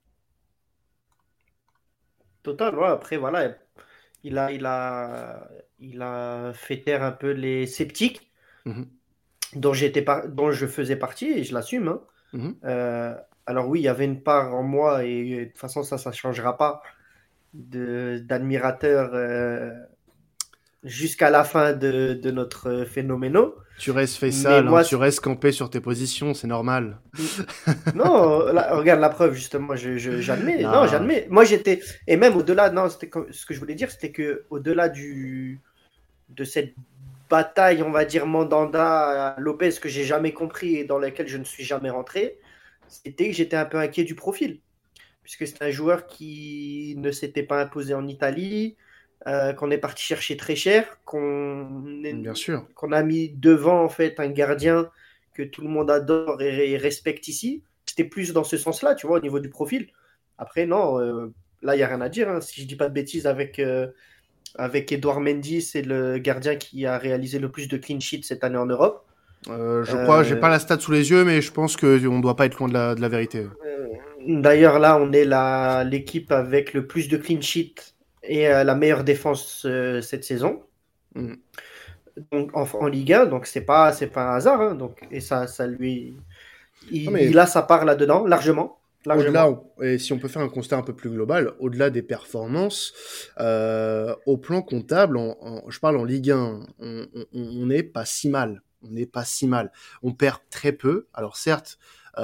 Total, ouais, après, voilà. Il a, il a, il a fait taire un peu les sceptiques Mm-hmm. dont, j'étais par- dont je faisais partie et je l'assume. Hein. Mhm. Euh, alors oui, il y avait une part en moi, et de toute façon, ça, ça ne changera pas, de, d'admirateur euh, jusqu'à la fin de, de notre phénoméno. Tu restes Mais Faisal, hein, moi, tu restes campé sur tes positions, c'est normal. non, là, regarde la preuve, justement, je, je- j'admets. Non, Non, j'admets. Moi, j'étais. Et même au-delà, non, c'était comme- ce que je voulais dire, c'était que au-delà du, de cette bataille, on va dire, Mandanda à Lopez, que j'ai jamais compris et dans laquelle je ne suis jamais rentré, c'était que j'étais un peu inquiet du profil. Puisque c'est un joueur qui ne s'était pas imposé en Italie, euh, qu'on est parti chercher très cher, qu'on est- bien sûr. qu'on a mis devant, en fait, un gardien que tout le monde adore et, et respecte ici. C'était plus dans ce sens-là, tu vois, au niveau du profil. Après, non, euh, là, il n'y a rien à dire, hein. Si je dis pas de bêtises, avec, euh, avec Edouard Mendy, c'est le gardien qui a réalisé le plus de clean sheets cette année en Europe. Euh, je crois, j'ai pas Euh, la stat sous les yeux, mais je pense que on doit pas être loin de la, de la vérité. euh, D'ailleurs, là, on est la, l'équipe avec le plus de clean sheets et euh, la meilleure défense euh, cette saison. Mm. Donc, en, en Ligue un, donc c'est pas, c'est pas un hasard. Hein. Donc, et ça, ça lui, Non il, mais il a sa part là-dedans, largement. au-delà, Largement. on- et si on peut faire un constat un peu plus global, au-delà des performances, euh, au plan comptable, en- en- je parle en Ligue un, on on- on n'est pas si mal. On n'est pas si mal. On perd très peu. Alors certes,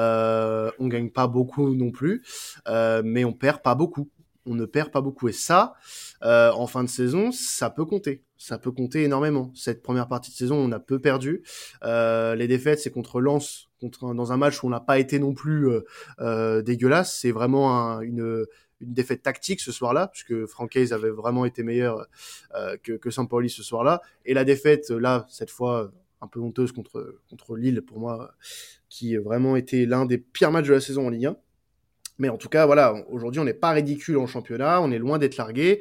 euh, on gagne pas beaucoup non plus, euh, mais on perd pas beaucoup. On ne perd pas beaucoup. Et ça, euh, en fin de saison, ça peut compter. Ça peut compter énormément. Cette première partie de saison, on a peu perdu. Euh, les défaites, c'est contre Lens, contre un- dans un match où on n'a pas été non plus euh, euh, dégueulasse. C'est vraiment un, une, une défaite tactique ce soir-là, puisque Francaise avait vraiment été meilleur euh, que, que Sampaoli ce soir-là. Et la défaite, là, cette fois, un peu honteuse contre, contre Lille, pour moi, qui vraiment était l'un des pires matchs de la saison en Ligue un. Mais en tout cas, voilà, aujourd'hui, on n'est pas ridicule en championnat, on est loin d'être largué.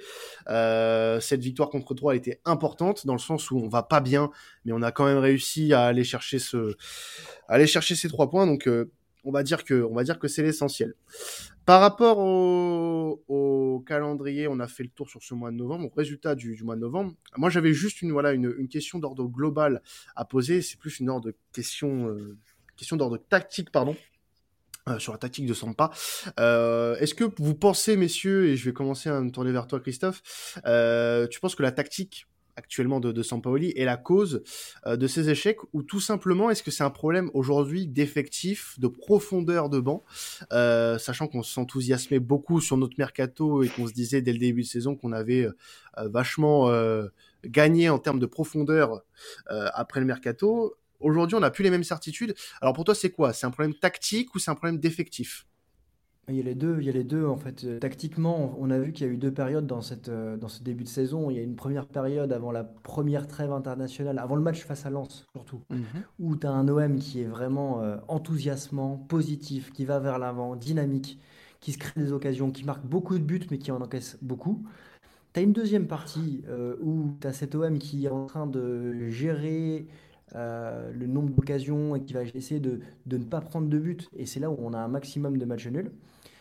Euh, cette victoire contre Troyes a été importante dans le sens où on va pas bien, mais on a quand même réussi à aller chercher ce, à aller chercher ces trois points. Donc, euh, on va dire que, on va dire que c'est l'essentiel. Par rapport au, au calendrier, on a fait le tour sur ce mois de novembre, au résultat du, du mois de novembre. Moi, j'avais juste une, voilà, une, une question d'ordre global à poser. C'est plus une ordre de question, euh, question d'ordre tactique, pardon. Euh, sur la tactique de Sampa. Euh, est-ce que vous pensez, messieurs, et je vais commencer à me tourner vers toi, Christophe, euh, tu penses que la tactique actuellement de, de Sampaoli est la cause euh, de ces échecs, ou tout simplement est-ce que c'est un problème aujourd'hui d'effectif, de profondeur de banc, euh, sachant qu'on s'enthousiasmait beaucoup sur notre mercato et qu'on se disait dès le début de saison qu'on avait euh, vachement euh, gagné en termes de profondeur euh, après le mercato. Aujourd'hui, on n'a plus les mêmes certitudes. Alors pour toi, c'est quoi? C'est un problème tactique ou c'est un problème d'effectif? Il y a les deux, il y a les deux en fait. Euh, Tactiquement, on a vu qu'il y a eu deux périodes dans cette, euh, dans ce début de saison. Il y a une première période avant la première trêve internationale, avant le match face à Lens surtout, Mhm. où tu as un O M qui est vraiment euh, enthousiasmant, positif, qui va vers l'avant, dynamique, qui se crée des occasions, qui marque beaucoup de buts mais qui en encaisse beaucoup. Tu as une deuxième partie euh, où tu as cet O M qui est en train de gérer euh, le nombre d'occasions et qui va essayer de, de ne pas prendre de buts. Et c'est là où on a un maximum de matchs nuls.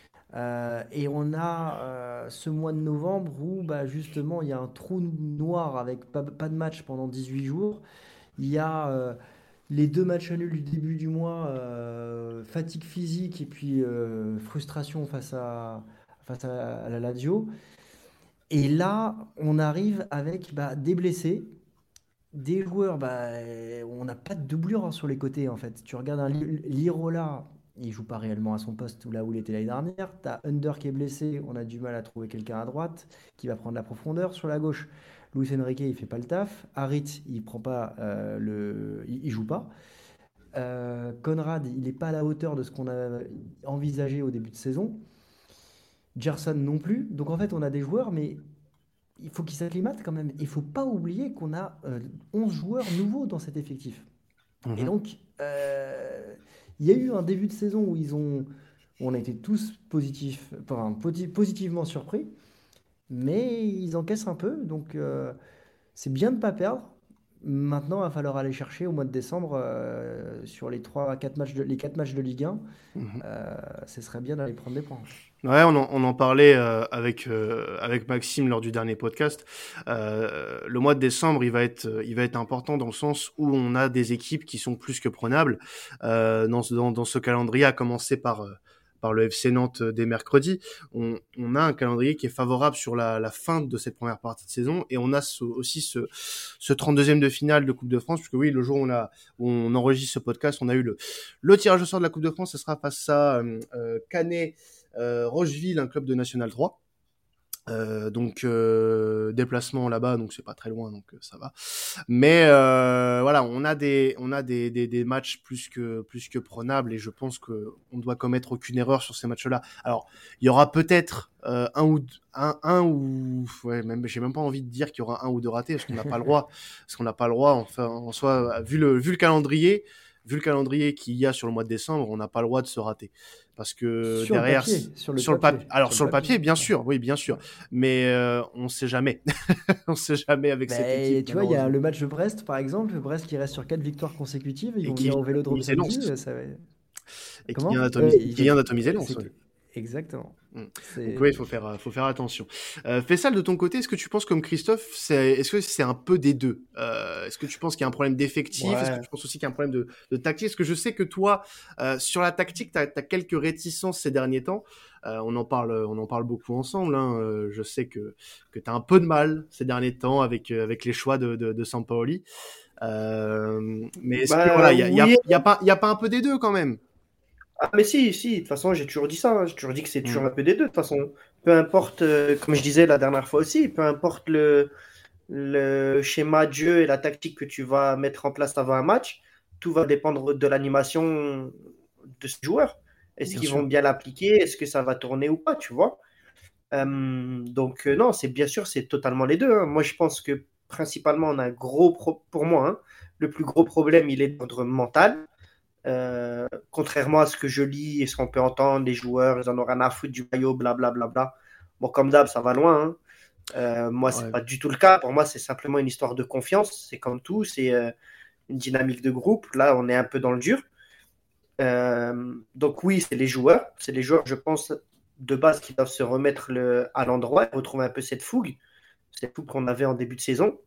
Euh, et on a euh, ce mois de novembre où bah, justement il y a un trou noir avec pas, pas de match pendant dix-huit jours. Il y a euh, les deux matchs nuls du début du mois, euh, fatigue physique et puis euh, frustration face à, face à, à la Lazio. Et là, on arrive avec bah, des blessés, des joueurs, bah, on n'a pas de doublure hein, sur les côtés en fait. Tu regardes un Li- Lirola, il joue pas réellement à son poste là où il était l'année dernière. Tu as Under qui est blessé, on a du mal à trouver quelqu'un à droite qui va prendre la profondeur. Sur la gauche, Luis Enrique il fait pas le taf. Harit il prend pas euh, le, il, il joue pas. Euh, Conrad il n'est pas à la hauteur de ce qu'on a envisagé au début de saison. Gerson non plus. Donc en fait on a des joueurs mais il faut qu'ils s'acclimatent quand même. Il ne faut pas oublier qu'on a euh, onze joueurs nouveaux dans cet effectif. Et Mhm. donc, euh, il y a eu un début de saison où ils ont, où on a été tous positifs, enfin, poti- positivement surpris, mais ils encaissent un peu. Donc, euh, c'est bien de ne pas perdre, Maintenant, il va falloir aller chercher au mois de décembre euh, sur les trois, quatre matchs de, les quatre matchs de Ligue un. Mhm. Euh, ce serait bien d'aller prendre des points. Ouais, on en, on en parlait euh, avec euh, avec Maxime lors du dernier podcast. Euh, le mois de décembre, il va être il va être important dans le sens où on a des équipes qui sont plus que prenables euh, dans ce dans, dans ce calendrier, à commencer par euh, par le F C Nantes dès mercredi. On, on a un calendrier qui est favorable sur la, la fin de cette première partie de saison, et on a ce, aussi ce ce trente-deuxième de finale de Coupe de France, puisque oui, le jour où on a où on enregistre ce podcast, on a eu le le tirage au sort de la Coupe de France. Ce sera face à euh, euh, Canet. Euh, Rocheville, un club de National trois. Euh, donc euh, déplacement là-bas, donc c'est pas très loin, donc euh, ça va. Mais euh, voilà, on a des on a des, des des matchs plus que plus que prenables, et je pense que on doit commettre aucune erreur sur ces matchs-là. Alors il y aura peut-être euh, un ou un un ou ouais, même j'ai même pas envie de dire qu'il y aura un ou deux ratés, parce qu'on n'a pas le droit, parce qu'on n'a pas le droit. Enfin, en soi, vu le vu le calendrier. Vu le calendrier qu'il y a sur le mois de décembre, on n'a pas le droit de se rater. Parce que Sur le derrière, papier, sur le sur le papier, papier, alors sur sur le le papier, papier. bien sûr, oui, bien sûr. Mais euh, on sait jamais. On sait jamais avec cette Mais équipe, tu vois, il y a malheureusement. le match de Brest, par exemple. Brest qui reste sur quatre victoires consécutives. Ils Et vont qui venir vient au Vélodrome d'atomiser samedi. Lens. euh, Ça va... Et qui vient Comment? Euh, d'atomiser, ils qui vient viennent- d'atomiser Lens, c'est ouais. exactement. Mm. Donc C'est oui, il faut faire, euh, faut faire attention. Euh, Faisal, de ton côté, est-ce que tu penses comme Christophe, c'est, est-ce que c'est un peu des deux? Euh, est-ce que tu penses qu'il y a un problème d'effectif? Est-ce que Ouais. tu penses aussi qu'il y a un problème de, de tactique? Parce que je sais que toi, euh, sur la tactique, tu as quelques réticences ces derniers temps. Euh, on en parle, on en parle beaucoup ensemble. Hein. Euh, je sais que que tu as un peu de mal ces derniers temps avec euh, avec les choix de de, de Sampaoli. Euh, mais est-ce que Bah voilà, il y a, il y a, oui. il y a pas, il y a pas un peu des deux quand même? Ah, mais si, si, de toute façon, j'ai toujours dit ça. Hein. J'ai toujours dit que c'est toujours Mm. un peu des deux. De toute façon, peu importe, euh, comme je disais la dernière fois aussi, peu importe le, le schéma de jeu et la tactique que tu vas mettre en place avant un match, tout va dépendre de l'animation de ces joueurs. Est-ce Bien qu'ils vont sûr. bien l'appliquer? Est-ce que ça va tourner ou pas, tu vois? Euh, donc, euh, non, c'est bien sûr, c'est totalement les deux. Hein. Moi, je pense que principalement, on a un gros pro pour moi, hein, le plus gros problème, il est d'ordre mental. Euh, contrairement à ce que je lis et ce qu'on peut entendre, les joueurs, ils en ont rien à foutre du maillot, blablabla. Bla, bla, bla. Bon, comme d'hab, ça va loin. Hein. Euh, moi, c'est Ouais. pas du tout le cas. Pour moi, c'est simplement une histoire de confiance. C'est comme tout, c'est euh, une dynamique de groupe. Là, on est un peu dans le dur. Euh, donc oui, c'est les joueurs. C'est les joueurs, je pense, de base qui doivent se remettre le, à l'endroit et retrouver un peu cette fougue, cette fougue qu'on avait en début de saison.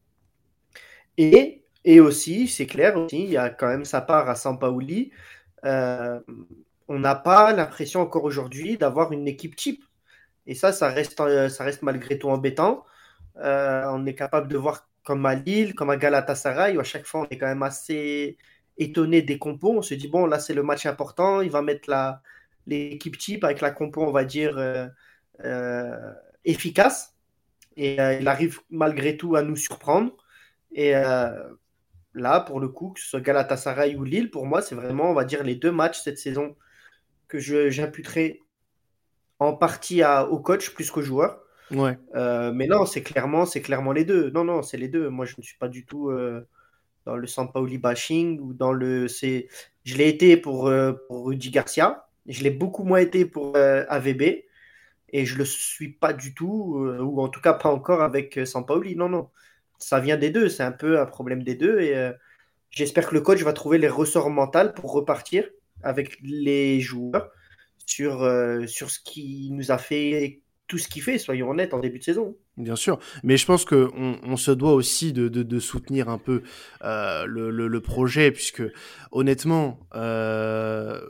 Et, et aussi, c'est clair, aussi, il y a quand même sa part à Sampaoli. Euh, on n'a pas l'impression encore aujourd'hui d'avoir une équipe type. Et ça, ça reste, euh, ça reste malgré tout embêtant. Euh, on est capable de voir comme à Lille, comme à Galatasaray, où à chaque fois on est quand même assez étonné des compos. On se dit, bon, là c'est le match important, il va mettre la, l'équipe type avec la compo, on va dire, euh, euh, efficace. Et euh, il arrive malgré tout à nous surprendre. Et euh, là, pour le coup, que ce soit Galatasaray ou Lille, pour moi, c'est vraiment, on va dire, les deux matchs cette saison que je, j'imputerai en partie à, au coach plus qu'aux joueurs. Ouais. Euh, mais non, c'est clairement, c'est clairement les deux. Non, non, c'est les deux. Moi, je ne suis pas du tout euh, dans le Sampaoli bashing ou dans le. C'est, je l'ai été pour, euh, pour Rudy Garcia. Je l'ai beaucoup moins été pour euh, A V B. Et je le suis pas du tout, euh, ou en tout cas pas encore avec euh, Sampaoli. Non, non. Ça vient des deux. C'est un peu un problème des deux. Et euh, j'espère que le coach va trouver les ressorts mentaux pour repartir avec les joueurs sur, euh, sur ce qui nous a fait tout ce qu'il fait, soyons honnêtes, en début de saison. Bien sûr, mais je pense que on, on se doit aussi de, de, de soutenir un peu euh, le, le, le projet, puisque honnêtement, euh,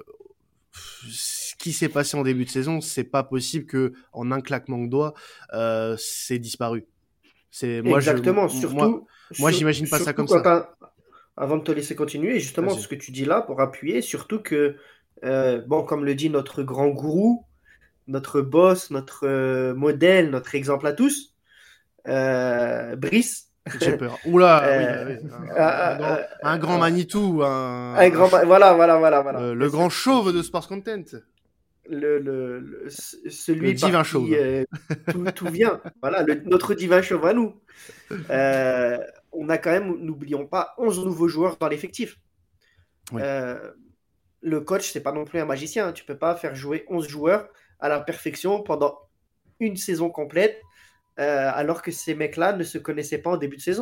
ce qui s'est passé en début de saison, c'est pas possible que en un claquement de doigts, euh, c'est disparu. C'est moi je Exactement, moi surtout, moi sur- j'imagine pas ça surtout comme quand ça. t'as- avant de te laisser continuer, justement, Vas-y. ce que tu dis là pour appuyer, surtout que, euh, bon, comme le dit notre grand gourou, notre boss, notre euh, modèle, notre exemple à tous, euh, Brice, J'ai peur. Oula, oui, euh, ah oui, un, un euh, grand un grand euh, Manitou, un un, un grand, ch- ma- voilà, voilà, voilà, voilà. le, Le, le grand ce- chauve de Sports Content, le- le- le- ce- le celui par divin qui chauve. euh, tout, tout vient. Voilà, le- notre divin chauve à nous. Euh, on a quand même, n'oublions pas, onze nouveaux joueurs dans l'effectif. Oui. Euh, le coach, c'est pas non plus un magicien. Hein. Tu peux pas faire jouer onze joueurs à la perfection pendant une saison complète, euh, alors que ces mecs-là ne se connaissaient pas en début de saison.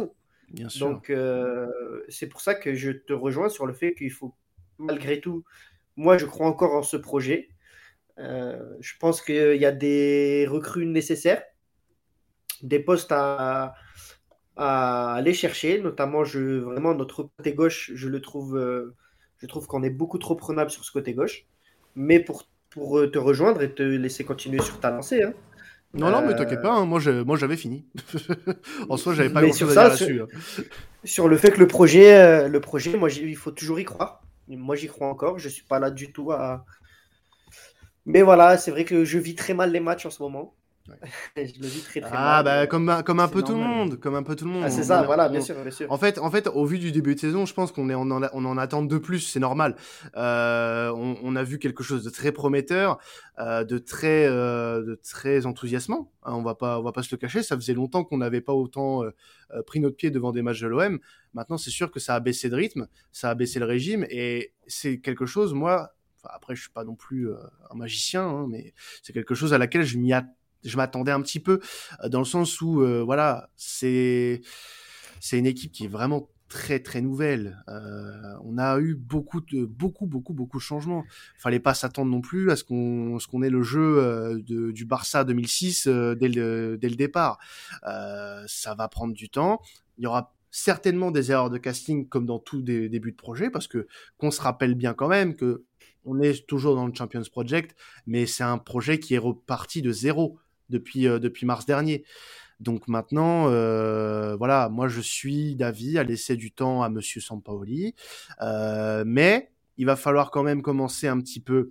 Bien sûr. Donc, euh, c'est pour ça que je te rejoins sur le fait qu'il faut, malgré tout, moi, je crois encore en ce projet. Euh, je pense qu'il y a des recrues nécessaires, des postes à, à aller chercher, notamment je, vraiment notre côté gauche, je le trouve, euh, je trouve qu'on est beaucoup trop prenable sur ce côté gauche. Mais pour, pour te rejoindre et te laisser continuer sur ta lancée, hein, Non, non, mais t'inquiète euh, pas, hein, moi, je- moi j'avais fini. En soi, j'avais pas mais grand-chose sur à dire ça, sur, là-dessus. hein. sur le fait que le projet, euh, le projet, moi, j'y- il faut toujours y croire. Moi, j'y crois encore. Je suis pas là du tout à. Mais voilà, c'est vrai que je vis très mal les matchs en ce moment. Ouais. Je le vis très très Ah, mal. bah, Et... comme, un- comme un C'est peu tout le normal. monde, comme un peu tout le monde. Ah, c'est On, ça, on est- voilà, bien on- sûr, bien sûr. En fait, en fait, au vu du début de saison, je pense qu'on est, on en, a- on en attend de plus, c'est normal. Euh, on, on a vu quelque chose de très prometteur, euh, de très, euh, de très enthousiasmant. hein, on va pas, on va pas se le cacher. Ça faisait longtemps qu'on n'avait pas autant euh, euh, pris notre pied devant des matchs de l'O M. Maintenant, c'est sûr que ça a baissé de rythme, ça a baissé le régime, et c'est quelque chose, moi. Enfin, après, je suis pas non plus euh, un magicien, hein, mais c'est quelque chose à laquelle je m'y a- je m'attendais un petit peu, euh, dans le sens où, euh, voilà, c'est c'est une équipe qui est vraiment très très nouvelle. Euh, on a eu beaucoup de beaucoup beaucoup beaucoup de changements. Fallait pas s'attendre non plus à ce qu'on ce qu'on ait le jeu euh, de, du Barça deux mille six euh, dès le dès le départ. Euh, ça va prendre du temps. Il y aura certainement des erreurs de casting comme dans tout des débuts de projet, parce que qu'on se rappelle bien quand même que on est toujours dans le Champions Project, mais c'est un projet qui est reparti de zéro depuis euh, depuis mars dernier. Donc maintenant, euh, voilà, moi je suis d'avis à laisser du temps à Monsieur Sampaoli, euh, mais il va falloir quand même commencer un petit peu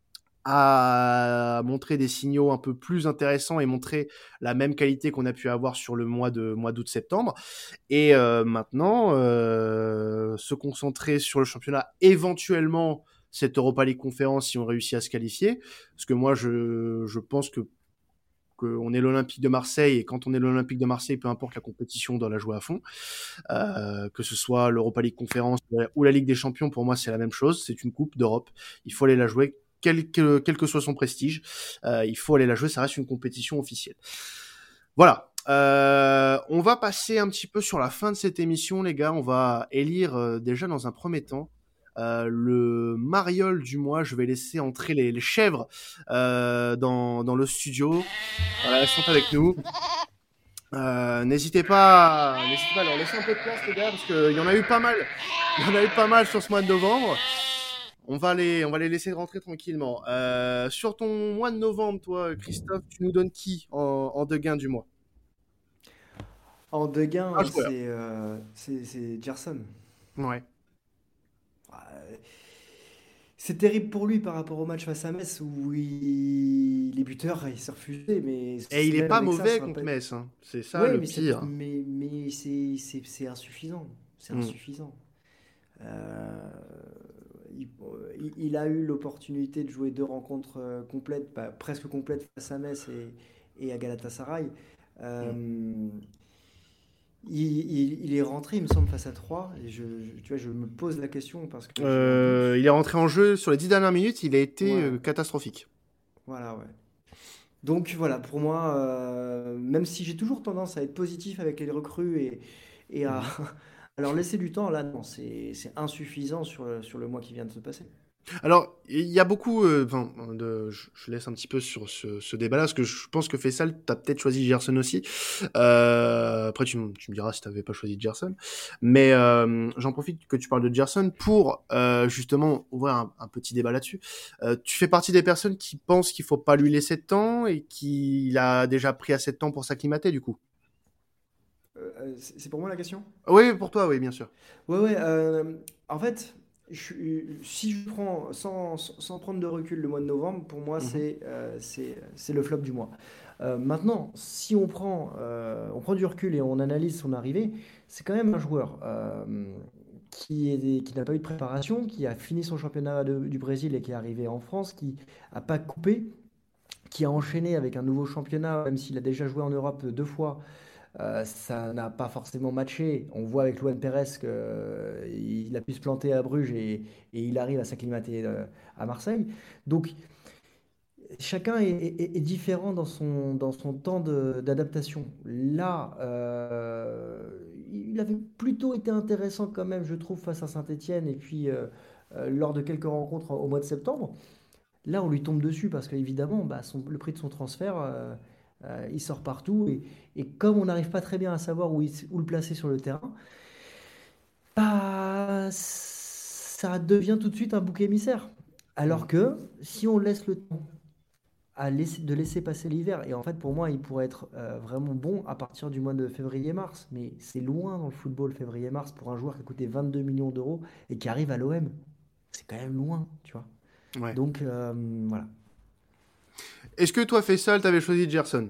à montrer des signaux un peu plus intéressants et montrer la même qualité qu'on a pu avoir sur le mois de mois d'août-septembre. Et euh, maintenant, euh, se concentrer sur le championnat, éventuellement cette Europa League conférence si on réussit à se qualifier, parce que moi je je pense que qu'on est l'Olympique de Marseille, et quand on est l'Olympique de Marseille, peu importe la compétition, on doit la jouer à fond. Euh, que ce soit l'Europa League Conférence ou la Ligue des Champions, pour moi, c'est la même chose. C'est une coupe d'Europe. Il faut aller la jouer, quel que, quel que soit son prestige. Euh, il faut aller la jouer, ça reste une compétition officielle. Voilà. Euh, on va passer un petit peu sur la fin de cette émission, les gars. On va élire euh, déjà dans un premier temps euh, le mariole du mois. Je vais laisser entrer les, les chèvres euh, dans, dans le studio. Voilà, elles sont avec nous. Euh, n'hésitez pas, n'hésitez pas à leur laisser un peu de place, les gars, parce qu'il y en a eu pas mal. Il y en a eu pas mal sur ce mois de novembre. On va les, on va les laisser rentrer tranquillement. Euh, sur ton mois de novembre, toi, Christophe, tu nous donnes qui en, en deux gains du mois? En deux Un gains, joueur. c'est euh, c'est c'est Gerson. Ouais. Euh, C'est terrible pour lui par rapport au match face à Metz où il... les buteurs il s'est refusé, mais Et il est même pas avec ça, mauvais ça va contre pas. Metz, hein. C'est ça Ouais, le mais c'est pire. mais, mais c'est c'est- c'est insuffisant. C'est Mm. insuffisant. Euh, il, il- il a eu l'opportunité de jouer deux rencontres euh, complètes, bah, presque complètes face à Metz et, et à Galatasaray. Mm. Euh, il, il- il est rentré, il me semble, face à trois. Et je, je- tu vois, je me pose la question parce que j'ai un Euh, doute. il est rentré en jeu sur les dix dernières minutes, il a été Voilà, euh, catastrophique. voilà, ouais. Donc voilà, pour moi, euh, même si j'ai toujours tendance à être positif avec les recrues et, et à, Mhm. à leur laisser du temps, là, non, c'est c'est insuffisant sur, le- sur le mois qui vient de se passer. Alors, il y a beaucoup, euh, enfin, de, je, je laisse un petit peu sur ce, ce débat-là, parce que je pense que Faisal, t'as peut-être choisi Gerson aussi. Euh, après, tu, me- tu me diras si t'avais pas choisi Gerson. Mais euh, j'en profite que tu parles de Gerson pour euh, justement ouvrir un, un petit débat là-dessus. Euh, tu fais partie des personnes qui pensent qu'il faut pas lui laisser de temps et qu'il a déjà pris assez de temps pour s'acclimater, du coup. Euh, euh, c'est c'est pour moi la question? Oui, pour toi, oui, bien sûr. Ouais, ouais. euh, en fait, je suis- si je prends sans, sans sans prendre de recul le mois de novembre, pour moi, Mhm. c'est euh, c'est c'est le flop du mois. Euh, maintenant, si on prend, euh, on prend du recul et on analyse son arrivée, c'est quand même un joueur euh, qui est, qui n'a pas eu de préparation, qui a fini son championnat de- du Brésil et qui est arrivé en France, qui a pas coupé, qui a enchaîné avec un nouveau championnat, même s'il a déjà joué en Europe deux fois. Euh, ça n'a pas forcément matché. On voit avec Luan Pérez qu'il a pu se planter à Bruges et, et il arrive à s'acclimater euh, à Marseille. Donc chacun est, est- est différent dans son, dans son temps de- d'adaptation. Là, euh, il avait plutôt été intéressant quand même, je trouve, face à Saint-Etienne et puis euh, euh, lors de quelques rencontres au mois de septembre. Là, on lui tombe dessus parce qu'évidemment, bah, son- le prix de son transfert, euh, euh, il sort partout. Et, et comme on n'arrive pas très bien à savoir où, il s- où le placer sur le terrain, bah, ça devient tout de suite un bouc émissaire. Alors Mm. que si on laisse le temps à laisser, de laisser passer l'hiver, et en fait pour moi il pourrait être euh, vraiment bon à partir du mois de février-mars, mais c'est loin dans le football février-mars pour un joueur qui a coûté vingt-deux millions d'euros et qui arrive à l'O M. C'est quand même loin, tu vois. Ouais. Donc euh, voilà. Est-ce que toi, Faisal, t'avais choisi Gerson?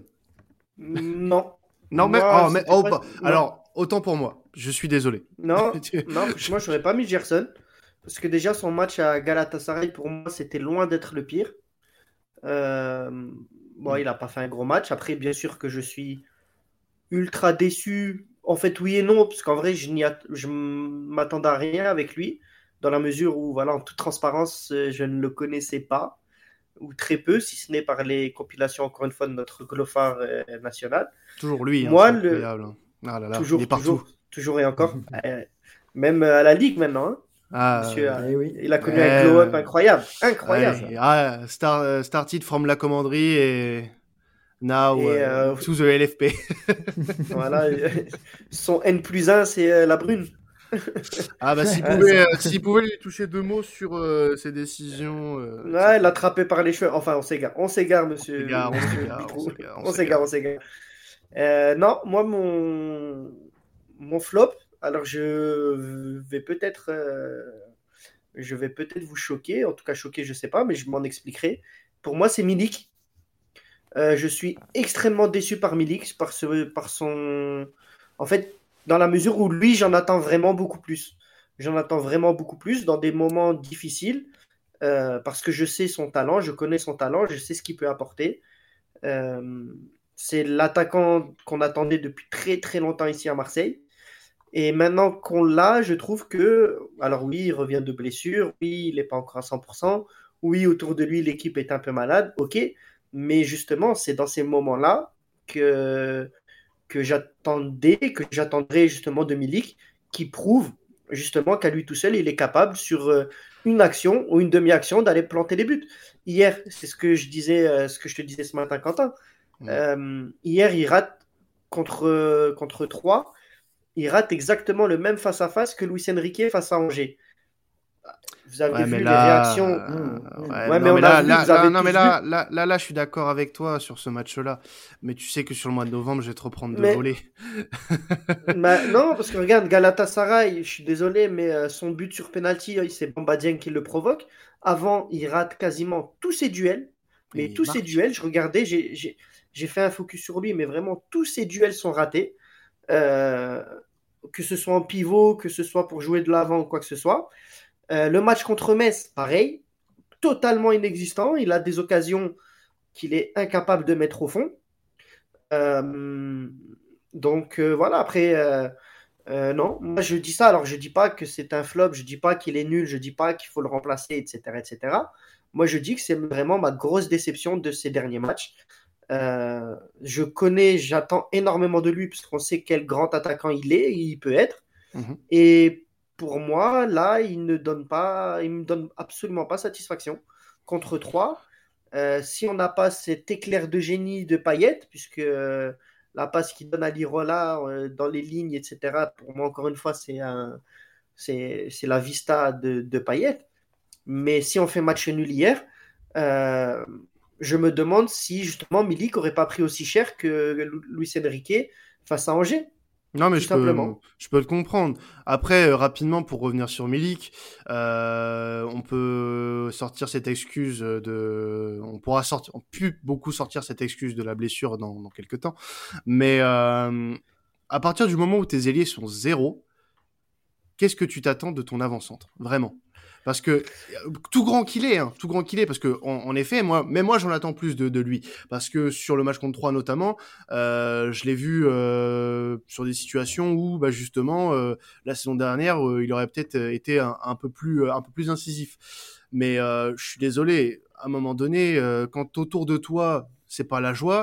Non. Non, mais, Moi, oh, mais, c'était oh, pas. bah, Non. alors, autant pour moi. Je suis désolé. Non. Tu- Non. Moi, j'aurais pas mis Gerson. Parce que déjà, son match à Galatasaray, pour moi, c'était loin d'être le pire. Euh, Bon, Mm. il a pas fait un gros match. Après, bien sûr que je suis ultra déçu. En fait, oui et non, parce qu'en vrai, je n'y a- je m'attendais à rien avec lui, dans la mesure où, voilà, en toute transparence, euh, je ne le connaissais pas, ou très peu, si ce n'est par les compilations, encore une fois, de notre glophare euh, national. Toujours lui, hein, Moi, c'est le, incroyable, hein. Ah là là, il est toujours, partout. toujours, toujours et encore, euh, même à la Ligue maintenant, hein. Ah, Monsieur, euh, a- Eh oui. il a connu un glow-up euh, incroyable, incroyable. ouais, ah, star, euh, started from la commanderie et now Et euh, euh, to the L F P. voilà, son N plus un, c'est euh, la brune. Ah bah s'il Ouais, Ouais, c'est pouvait, ça. euh, s'il pouvait lui toucher deux mots sur euh, ses décisions, euh, et cetera. Ouais, l'attraper par les cheveux. Enfin, on s'égare. On s'égare, On monsieur, s'égare, on monsieur s'égare, on Bitrou. s'égare, on On s'égare, s'égare. on s'égare. Euh, non, moi, mon, mon flop, alors je vais peut-être euh, je vais peut-être vous choquer. En tout cas, choquer, je sais pas, mais je m'en expliquerai. Pour moi, c'est Milik. Euh, je suis extrêmement déçu par Milik, par, ce, par son. En fait, dans la mesure où lui, j'en attends vraiment beaucoup plus. J'en attends vraiment beaucoup plus dans des moments difficiles. Euh, parce que je sais son talent, je connais son talent, je sais ce qu'il peut apporter. Euh, c'est l'attaquant qu'on attendait depuis très très longtemps ici à Marseille. Et maintenant qu'on l'a, je trouve que, alors oui, il revient de blessure, oui, il n'est pas encore à cent pour cent, oui, autour de lui, l'équipe est un peu malade, ok, mais justement, c'est dans ces moments-là que, que j'attendais, que j'attendrais justement de Milik, qui prouve justement qu'à lui tout seul, il est capable sur euh, une action ou une demi-action d'aller planter des buts. Hier, c'est ce que je disais, euh, ce que je te disais ce matin, Quentin. Mm. Euh, hier, il rate contre, euh, contre trois, il rate exactement le même face-à-face que Luis Enrique face à Angers. Vous avez Ouais, mais vu les réactions. là, Mmh, euh, mmh. ouais, Ouais, mais non, mais on a là, vu, là, vous là, avez non, mais tous là, vu. là, là, là, je suis d'accord avec toi sur ce match-là. Mais tu sais que sur le mois de novembre, je vais te reprendre de Mais voler. bah, non, parce que regarde, Galatasaray, je suis désolé, mais euh, son but sur penalty, euh, c'est Bamba Dieng qui le provoque. Avant, il rate quasiment tous ses duels. Mais Il tous ses marque. duels, je regardais, j'ai j'ai- j'ai fait un focus sur lui, mais vraiment, tous ses duels sont ratés. Euh, que ce soit en pivot, que ce soit pour jouer de l'avant ou quoi que ce soit. Euh, le match contre Metz, pareil, totalement inexistant. Il a des occasions qu'il est incapable de mettre au fond. Euh, donc euh, voilà, après, euh, euh, non, moi je dis ça, alors je dis pas que c'est un flop, je dis pas qu'il est nul, je dis pas qu'il faut le remplacer, et cetera, et cetera. Moi je dis que c'est vraiment ma grosse déception de ces derniers matchs. Euh, je connais, j'attends énormément de lui, puisqu'on sait quel grand attaquant il est, il peut être. Mhm. Et pour moi, là, il ne donne pas, il me donne absolument pas satisfaction. Contre trois, euh, si on n'a pas cet éclair de génie de Payet, puisque euh, la passe qu'il donne à Lirola euh, dans les lignes, et cetera, pour moi, encore une fois, c'est un, c'est, c'est la vista de, de Payet. Mais si on fait match nul hier, euh, je me demande si justement Milik n'aurait pas pris aussi cher que Luis Enrique face à Angers, Non, mais tout je peux, simplement. je peux te comprendre. Après, euh, rapidement, pour revenir sur Milik, euh, on peut sortir cette excuse de, on pourra sortir, on peut beaucoup sortir cette excuse de la blessure dans, dans quelques temps. Mais euh, à partir du moment où tes ailiers sont zéro, qu'est-ce que tu t'attends de ton avant-centre, vraiment? Parce que tout grand qu'il est, hein, tout grand qu'il est, parce que en, en effet, moi, même moi, j'en attends plus de, de lui, parce que sur le match contre trois notamment, euh, je l'ai vu euh, sur des situations où, bah, justement, euh, la saison dernière, euh, il aurait peut-être été un, un peu plus, un peu plus incisif. Mais euh, je suis désolé, à un moment donné, euh, quand autour de toi, c'est pas la joie.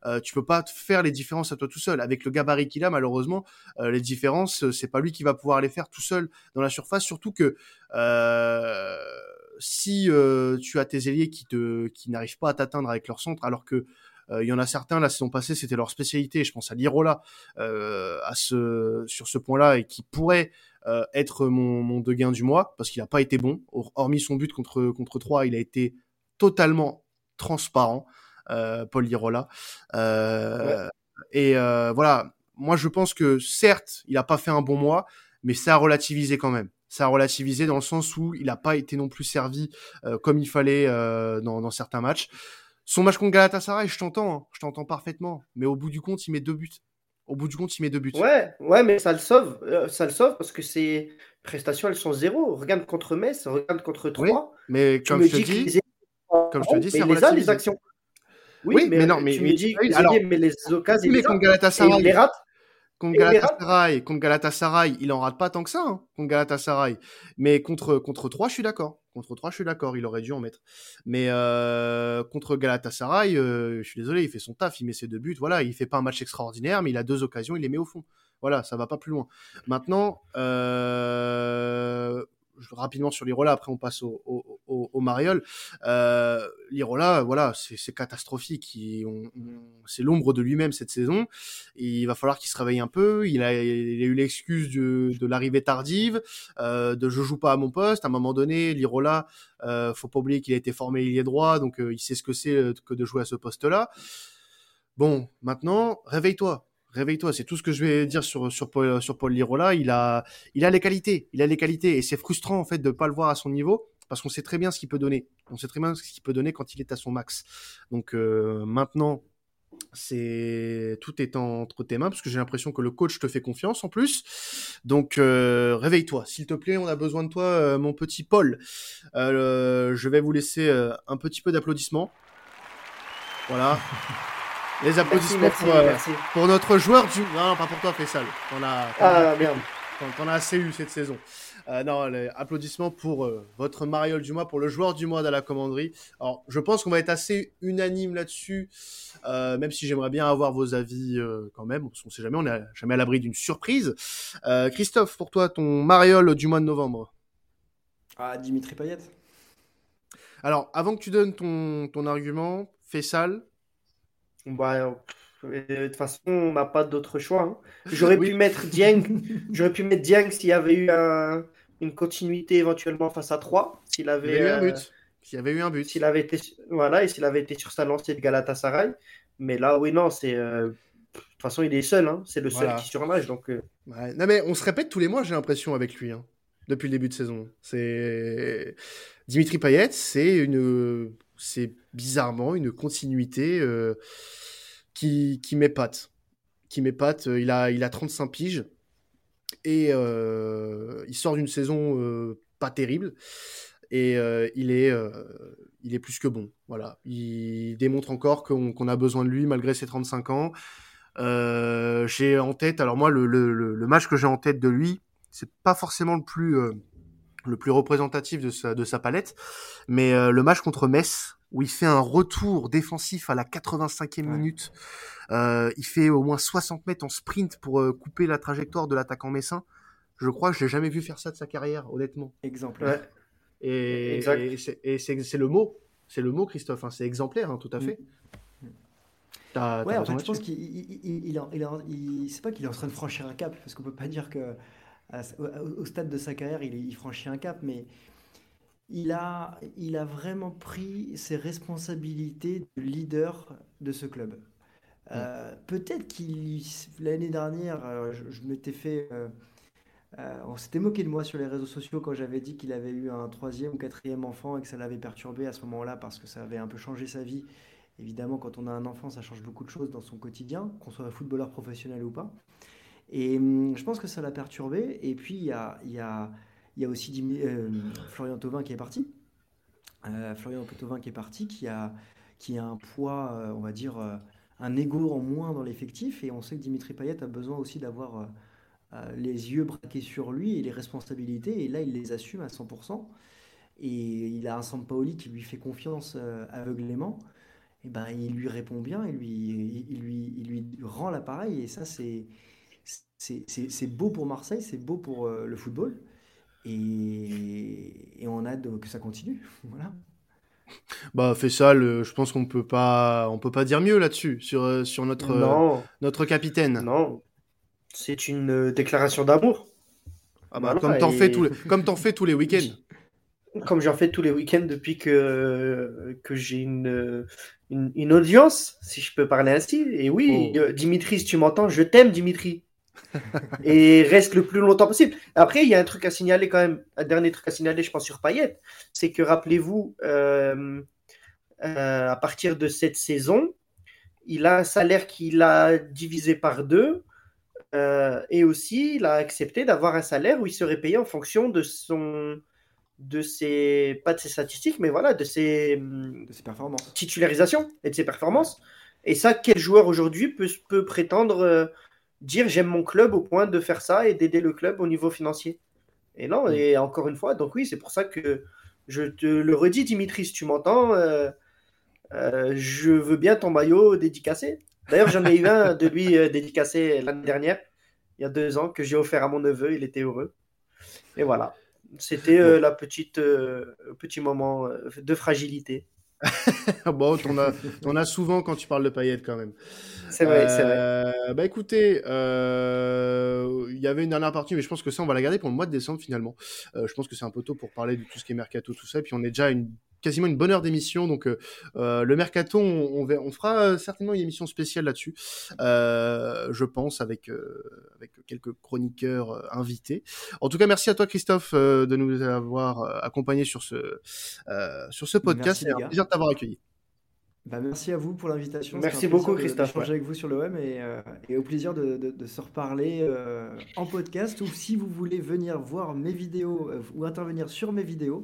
euh, tu peux pas te faire les différences à toi tout seul. Avec le gabarit qu'il a, malheureusement, euh, les différences, euh, c'est pas lui qui va pouvoir les faire tout seul dans la surface. Surtout que euh, si euh, tu as tes ailiers qui te qui n'arrivent pas à t'atteindre avec leur centre, alors que euh, il y en a certains la saison passée, c'était leur spécialité. Je pense à Lirola euh, à ce sur ce point-là et qui pourrait euh, être mon mon de gain du mois parce qu'il a pas été bon. Hormis son but contre contre Troyes, il a été totalement transparent. Euh, Paul Lirola. Euh, ouais. Et euh, voilà, moi je pense que certes, il a pas fait un bon mois, mais ça a relativisé quand même. Ça a relativisé dans le sens où il a pas été non plus servi euh, comme il fallait euh, dans, dans certains matchs. Son match contre Galatasaray, je t'entends, hein, je t'entends parfaitement, mais au bout du compte, il met deux buts. Au bout du compte, il met deux buts. Ouais, ouais, mais ça le sauve, euh, ça le sauve parce que ses prestations, elles sont zéro. Regarde contre Metz, regarde contre Troyes. Oui, mais tu comme me je te dis que dis, les comme je te dis, mais c'est il les a, les relativisé. actions. Oui, Oui, mais, mais non, mais, tu mais me dis que alors, mais les occasions, il mais les contre a. Et il Galatasaray, les rate. contre Et il les rate. Galatasaray, contre Galatasaray, il en rate pas tant que ça, hein, contre Galatasaray. Mais contre contre Troyes, je suis d'accord. Contre Troyes, je suis d'accord. Il aurait dû en mettre. Mais euh, contre Galatasaray, euh, je suis désolé, il fait son taf, il met ses deux buts. Voilà, il fait pas un match extraordinaire, mais il a deux occasions, il les met au fond. Voilà, ça va pas plus loin. Maintenant, euh, rapidement sur l'Irola, après on passe au, au, au, au Mariol. Euh, L'Irola, voilà, c'est, c'est catastrophique. Il, on, on, c'est l'ombre de lui-même cette saison. Et il va falloir qu'il se réveille un peu. Il a, il a eu l'excuse de, de l'arrivée tardive, euh, de je joue pas à mon poste. À un moment donné, l'Irola, euh, faut pas oublier qu'il a été formé ailier droit, donc euh, il sait ce que c'est que de jouer à ce poste-là. Bon, maintenant, réveille-toi. Réveille-toi, c'est tout ce que je vais dire sur sur Paul, sur Paul Lirola. Il a il a les qualités, il a les qualités et c'est frustrant en fait de pas le voir à son niveau parce qu'on sait très bien ce qu'il peut donner. On sait très bien ce qu'il peut donner quand il est à son max. Donc euh, maintenant, c'est tout est entre tes mains parce que j'ai l'impression que le coach te fait confiance en plus. Donc euh, réveille-toi, s'il te plaît, on a besoin de toi, euh, mon petit Paul. Euh, je vais vous laisser euh, un petit peu d'applaudissements. Voilà. Les applaudissements merci, pour, euh, merci. pour notre joueur du... Non, non, pas pour toi, Faisal. T'en as, t'en Ah, as, merde. T'en, t'en as assez eu cette saison. Euh, non, les applaudissements pour euh, votre Mariol du mois, pour le joueur du mois de la commanderie. Alors, je pense qu'on va être assez unanime là-dessus, euh, même si j'aimerais bien avoir vos avis euh, quand même, parce qu'on sait jamais, on n'est jamais à l'abri d'une surprise. Euh, Christophe, pour toi, ton Mariol du mois de novembre. Ah, Dimitri Payet. Alors, avant que tu donnes ton, ton argument, Faisal. Bah, euh, de toute façon, on n'a pas d'autre choix. Hein. J'aurais Oui. pu mettre Dieng. J'aurais pu mettre Dieng s'il y avait eu un- une continuité éventuellement face à Troyes. S'il Il y avait avait, eu un euh, but. S'il y avait eu un but. s'il avait été, voilà, et s'il avait été sur sa lancée de Galatasaray. Mais là, oui, non, c'est. euh, de toute façon, il est seul. Hein. C'est le seul Voilà. qui surnage. Donc, euh, Ouais. Non mais on se répète tous les mois, j'ai l'impression avec lui, hein, depuis le début de saison. C'est Dimitri Payet, c'est une, c'est bizarrement une continuité euh, qui qui m'épate, qui m'épate. Il a il a trente-cinq piges et euh, il sort d'une saison euh, pas terrible et euh, il est euh, il est plus que bon. Voilà, il démontre encore qu'on qu'on a besoin de lui malgré ses trente-cinq ans. Euh, j'ai en tête, alors moi le, le, le match que j'ai en tête de lui, c'est pas forcément le plus euh, le plus représentatif de sa de sa palette, mais euh, le match contre Metz où il fait un retour défensif à la quatre-vingt-cinquième Ouais. minute, euh, il fait au moins soixante mètres en sprint pour euh, couper la trajectoire de l'attaquant messin. Je crois que je l'ai jamais vu faire ça de sa carrière, honnêtement. Exemplaire. ouais, Et, exact. et c'est, et c'est, c'est le mot, c'est le mot, Christophe. Hein, c'est exemplaire, hein, tout à fait. Mm. T'as, Ouais, t'as en raison fait, je pense là-dessus. qu'il il, il, il, en- il en- il- c'est pas qu'il est en train de franchir un cap, parce qu'on peut pas dire que à- au, au stade de sa carrière, il, est- il franchit un cap, mais il a, il a vraiment pris ses responsabilités de leader de ce club. Mm. Euh, peut-être qu'il l'année dernière, euh, je, je m'étais fait, euh, euh, on s'était moqué de moi sur les réseaux sociaux quand j'avais dit qu'il avait eu un troisième ou quatrième enfant et que ça l'avait perturbé à ce moment-là parce que ça avait un peu changé sa vie. Évidemment, quand on a un enfant, ça change beaucoup de choses dans son quotidien, qu'on soit footballeur professionnel ou pas. Et hum, je pense que ça l'a perturbé. Et puis, il y a, il y a, il y a aussi Dimi- euh, Florian Thauvin qui est parti. Euh, Florian Thauvin qui est parti, qui a, qui a un poids, euh, on va dire, euh, un ego en moins dans l'effectif. Et on sait que Dimitri Payet a besoin aussi d'avoir euh, euh, les yeux braqués sur lui et les responsabilités. Et là, il les assume à cent pour cent. Et il a un Sampaoli qui lui fait confiance euh, aveuglément. et ben, il lui répond bien, il lui, il lui, il lui rend l'appareil. Et ça, c'est, c'est, c'est, c'est beau pour Marseille, c'est beau pour euh, le football. Et, et on a hâte de- que ça continue. Voilà. Bah, Fessal, euh, je pense qu'on peut pas, on peut pas dire mieux là-dessus, sur, euh, sur notre, euh, Non, notre capitaine. non, c'est une euh, déclaration d'amour. Ah bah, comme Voilà, t'en fais tous et les, comme t'en fais tous les week-ends. j- comme j'en fais tous les week-ends depuis que, que j'ai une, une, une audience, si je peux parler ainsi. Et oui, Oh. euh, Dimitri, si tu m'entends, je t'aime, Dimitri. Et reste le plus longtemps possible. Après, il y a un truc à signaler quand même, un dernier truc à signaler, je pense, sur Payet, c'est que rappelez-vous, euh, euh, à partir de cette saison, il a un salaire qu'il a divisé par deux, euh, et aussi il a accepté d'avoir un salaire où il serait payé en fonction de son, de ses, pas de ses statistiques, mais voilà, de ses hum, De ses performances. titularisations et de ses Ouais. performances. Et ça, quel joueur aujourd'hui peut, peut prétendre euh, dire j'aime mon club au point de faire ça et d'aider le club au niveau financier? Et non, Mm. et encore une fois, donc oui, c'est pour ça que je te le redis, Dimitri, si tu m'entends, euh, euh, je veux bien ton maillot dédicacé. D'ailleurs, j'en ai eu un de lui euh, dédicacé l'année dernière, il y a deux ans, que j'ai offert à mon neveu, il était heureux. Et voilà, c'était euh, Bon, la petite euh, petit moment euh, de fragilité. bon, t'en as, t'en as souvent quand tu parles de Payet quand même. C'est vrai, c'est vrai. Euh, bah écoutez, euh, il y avait une dernière partie, mais je pense que ça, on va la garder pour le mois de décembre finalement. Euh, je pense que c'est un peu tôt pour parler de tout ce qui est mercato, tout ça. Et puis on est déjà à une, quasiment une bonne heure d'émission, donc euh, euh, le mercato, on, on, va- on fera euh, certainement une émission spéciale là-dessus, euh, je pense, avec, euh, avec quelques chroniqueurs euh, invités. En tout cas, merci à toi, Christophe, euh, de nous avoir euh, accompagnés sur ce, euh, sur ce podcast. Merci C'est les un gars. plaisir de t'avoir accueilli. Bah, merci à vous pour l'invitation. C'était un Merci plaisir beaucoup, de- Christophe. Ouais. d'échanger avec vous sur l'O M et, euh, et au plaisir de, de- de se reparler euh, en podcast ou si vous voulez venir voir mes vidéos euh, ou intervenir sur mes vidéos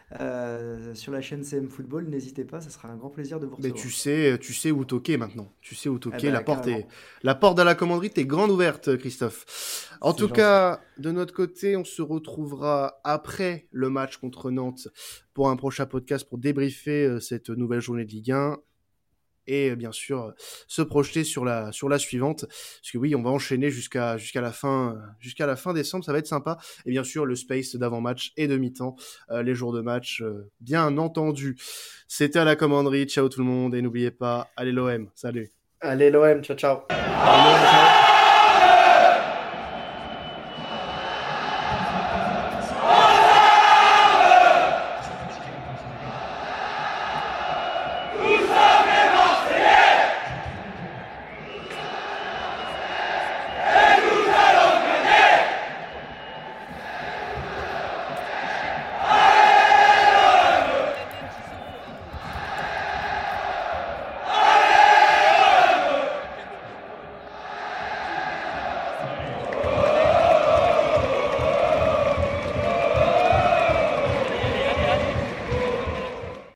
euh, sur la chaîne C M Football, n'hésitez pas, ça sera un grand plaisir de vous Mais recevoir. tu sais, tu sais où toquer maintenant. Tu sais où Eh toquer. ben, La porte est, carrément. la porte de la commanderie est grande ouverte, Christophe. En C'est tout gentil. cas, de notre côté, on se retrouvera après le match contre Nantes pour un prochain podcast pour débriefer euh, cette nouvelle journée de Ligue un et euh, bien sûr euh, se projeter sur la sur la suivante, parce que oui, on va enchaîner jusqu'à jusqu'à la fin euh, jusqu'à la fin décembre, ça va être sympa. Et bien sûr le space d'avant-match et de mi-temps, euh, les jours de match, euh, bien entendu. C'était à la commanderie. Ciao tout le monde et n'oubliez pas, allez l'O M. Salut. Allez, l'O M, ciao, ciao. Allez l'O M, ciao.